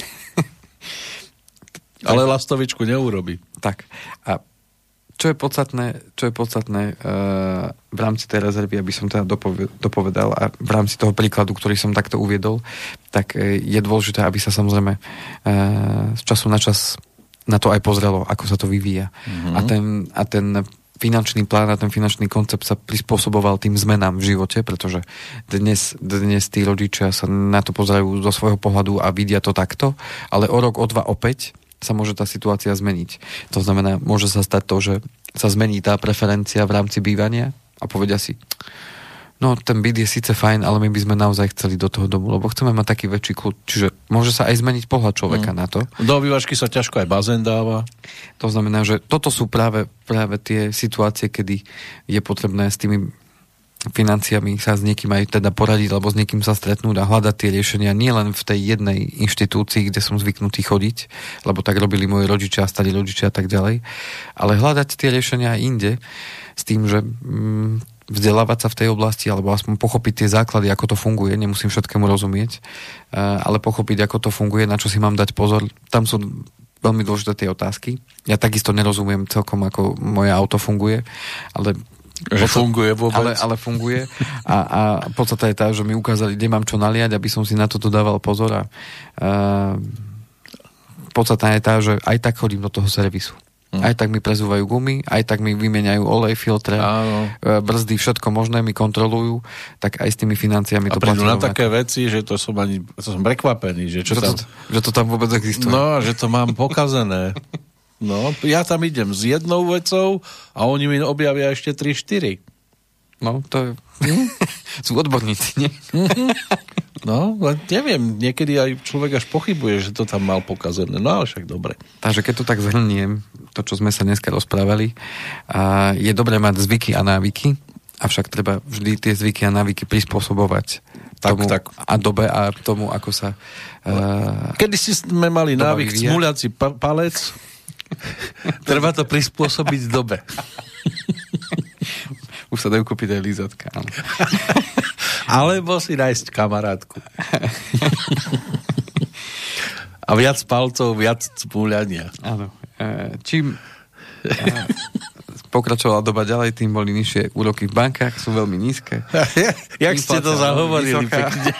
Ale lastovičku neurobí. Tak. A čo je podstatné v rámci tej rezervy, aby som teda dopovedal a v rámci toho príkladu, ktorý som takto uviedol, tak je dôležité, aby sa samozrejme z času na čas na to aj pozrelo, ako sa to vyvíja. A ten finančný plán a ten finančný koncept sa prispôsoboval tým zmenám v živote, pretože dnes tí rodičia sa na to pozerajú zo svojho pohľadu a vidia to takto, ale o rok, o 2, o 5 sa môže tá situácia zmeniť. To znamená, môže sa stať to, že sa zmení tá preferencia v rámci bývania a povedia si, no ten byt je síce fajn, ale my by sme naozaj chceli do toho domu, lebo chceme mať taký väčší kľud. Čiže môže sa aj zmeniť pohľad človeka na to. Do obývačky sa ťažko aj bazén dáva. To znamená, že toto sú práve tie situácie, kedy je potrebné s tými financiami sa s niekým aj teda poradiť, alebo s niekým sa stretnúť a hľadať tie riešenia nielen v tej jednej inštitúcii, kde som zvyknutý chodiť, lebo tak robili moji rodičia, starí rodičia a tak ďalej, ale hľadať tie riešenia aj inde s tým, že vzdelávať sa v tej oblasti, alebo aspoň pochopiť tie základy, ako to funguje, nemusím všetkému rozumieť, ale pochopiť, ako to funguje, na čo si mám dať pozor. Tam sú veľmi dôležité tie otázky. Ja takisto nerozumiem celkom, ako moje auto funguje, ale funguje vôbec. Ale funguje a podstata je tá, že mi ukázali, kde mám čo naliať, aby som si na toto dával pozor a podstata je tá, že aj tak chodím do toho servisu. Aj tak mi prezúvajú gumy, aj tak mi vymieňajú olej, filtre, brzdy, všetko možné mi kontrolujú, tak aj s tými financiami to platí. A prídu na také veci, že to som prekvapený, že to tam vôbec existuje. No, že to mám pokazené. No, ja tam idem s jednou vecou a oni mi objavia ešte 3-4. No, to je... sú odborníci, nie? No, neviem, niekedy aj človek až pochybuje, že to tam mal pokazené. No, ale však dobre. Takže keď to tak zhrniem, to, čo sme sa dneska rozprávali, je dobré mať zvyky a návyky, avšak treba vždy tie zvyky a návyky prispôsobovať tomu a dobe a tomu, ako sa... Kedy si sme mali návyk smuľať si palec... Treba to prispôsobiť dobe. Už sa dajú kúpiť aj lízatka. Alebo si nájsť kamarátku. A viac palcov, viac spúľania. Áno. Čím pokračovala doba ďalej, tým boli nižšie úroky v bankách, sú veľmi nízke. Jak ste to zahovorili pekne.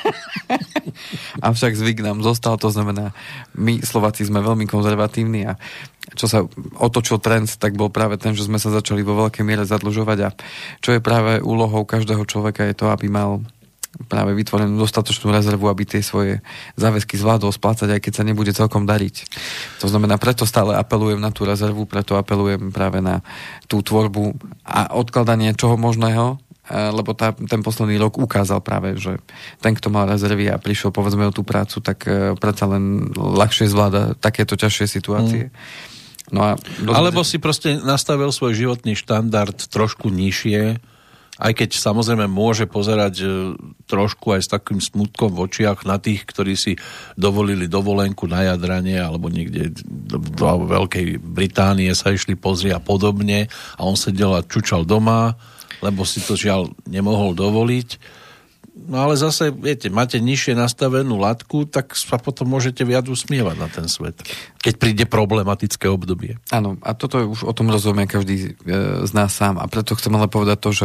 Avšak zvyk nám zostal, to znamená, my Slováci sme veľmi konzervatívni a čo sa otočil trend, tak bol práve ten, že sme sa začali vo veľkej miere zadlžovať a čo je práve úlohou každého človeka je to, aby mal práve vytvorenú dostatočnú rezervu, aby tie svoje záväzky zvládol splácať, aj keď sa nebude celkom dariť. To znamená, preto stále apelujem na tú rezervu, preto apelujem práve na tú tvorbu a odkladanie čoho možného, lebo ten posledný rok ukázal práve, že ten, kto mal rezervy a prišiel povedzme o tú prácu, tak predsa len ľahšie zvláda takéto ťažšie situácie. No a alebo si proste nastavil svoj životný štandard trošku nižšie, aj keď samozrejme môže pozerať trošku aj s takým smutkom v očiach na tých, ktorí si dovolili dovolenku na Jadrane alebo niekde do Veľkej Británie sa išli pozrieť a podobne a on sedel a čučal doma, lebo si to žiaľ nemohol dovoliť. No ale zase, viete, máte nižšie nastavenú latku, tak sa potom môžete viac usmievať na ten svet. Keď príde problematické obdobie. Áno, a toto už o tom rozumie každý z nás sám a preto chcem ale povedať to,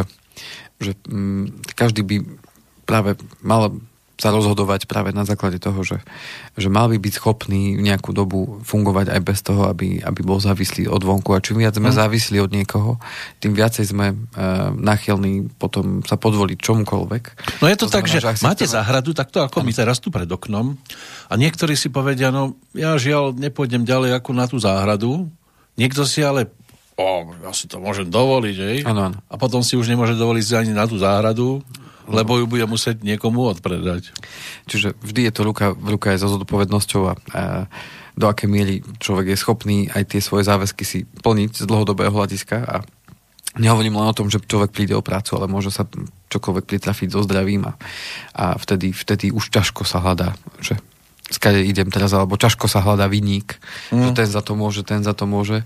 že každý by práve mal sa rozhodovať práve na základe toho, že mal by byť schopný nejakú dobu fungovať aj bez toho, aby bol závislý od vonku. A čím viac sme závislí od niekoho, tým viacej sme náchylní potom sa podvoliť čomukoľvek. No je to tak, že máte záhradu, takto ako my teraz tu pred oknom a niektorí si povedia, no ja žiaľ nepôjdem ďalej ako na tú záhradu, niekto si ale ja si to môžem dovoliť, hej? Ano. A potom si už nemôže dovoliť ani na tú záhradu, lebo ju bude musieť niekomu odpredať. Čiže vždy je to ruka v ruka aj so zodpovednosťou a do akej miery človek je schopný aj tie svoje záväzky si plniť z dlhodobého hľadiska a nehovorím len o tom, že človek príde o prácu, ale môže sa čokoľvek pritrafiť so zdravím a vtedy už ťažko sa hľadá, že skade idem teraz, alebo ťažko sa hľadá vinník, že ten za to môže.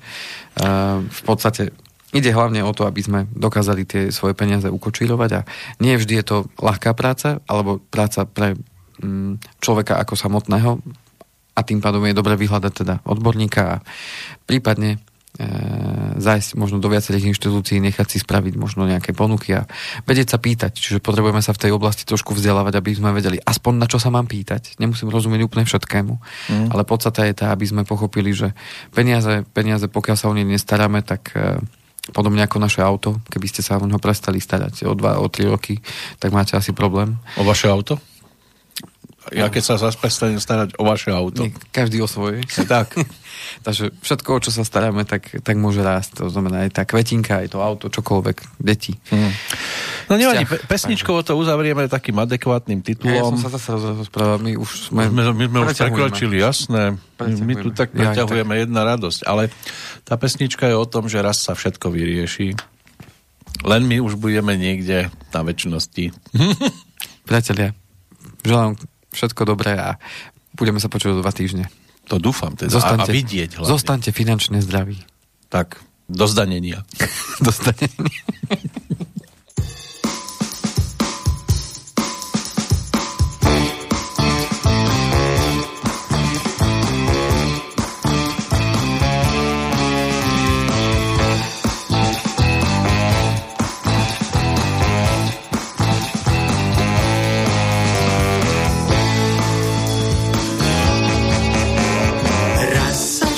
V podstate ide hlavne o to, aby sme dokázali tie svoje peniaze ukočírovať a nie vždy je to ľahká práca, alebo práca pre človeka ako samotného a tým pádom je dobre vyhľadať teda odborníka a prípadne zájsť možno do viacerých inštitúcií, nechať si spraviť možno nejaké ponuky a vedieť sa pýtať. Čiže potrebujeme sa v tej oblasti trošku vzdelávať, aby sme vedeli aspoň na čo sa mám pýtať. Nemusím rozumieť úplne všetkému, ale podstata je tá, aby sme pochopili, že peniaze, pokiaľ sa o ne nestaráme, tak podobne ako naše auto, keby ste sa o neho prestali starať o 2, o 3 roky, tak máte asi problém. O vaše auto? Ja keď sa zase prestanem starať o vaše auto. Každý o svoje. Tak. Takže všetko, o čo sa staráme, tak môže rásť. To znamená aj tá kvetinka, aj to auto, čokoľvek, deti. No nevadí, pesničkovo to uzavrieme takým adekvátnym titulom. Ja som sa zase rozprával, my už sme už prekročili, jasné. My tu tak preťahujeme jedna radosť, ale tá pesnička je o tom, že raz sa všetko vyrieši. Len my už budeme niekde na večnosti. Priatelia, želám všetko dobré a budeme sa počuť o 2 týždne. To dúfam teda. A vidieť hlavne. Zostaňte finančne zdraví. Tak, do zdanenia. Do zdanenia.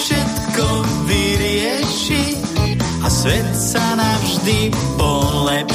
Svet sa navždy polepší.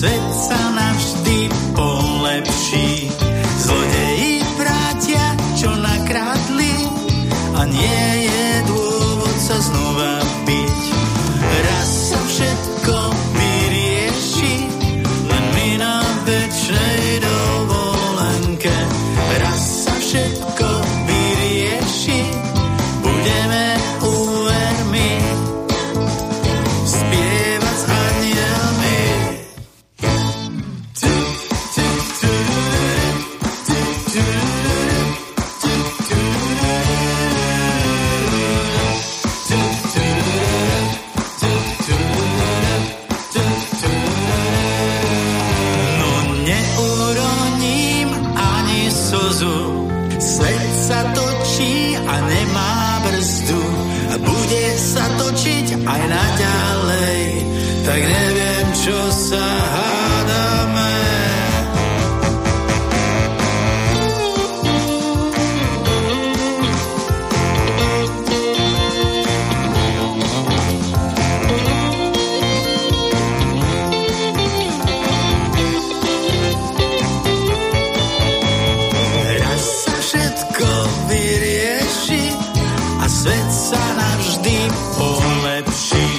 svet sa navždy polepší. Zlodeji bratia, čo nakradli, a nie je dôvod sa znova byť. Raz sa všetko vyrieši, len my na večnej dovolenke. Raz sa všetko vyrieši, budeme úvermi spievať s anielmi. No neuroním ani slzu, svet sa točí a nemá brzdu a bude sa točiť aj naďalej, tak neviem, čo sa hádame. Raz sa všetko vyrieši a svet sa navždy polepší.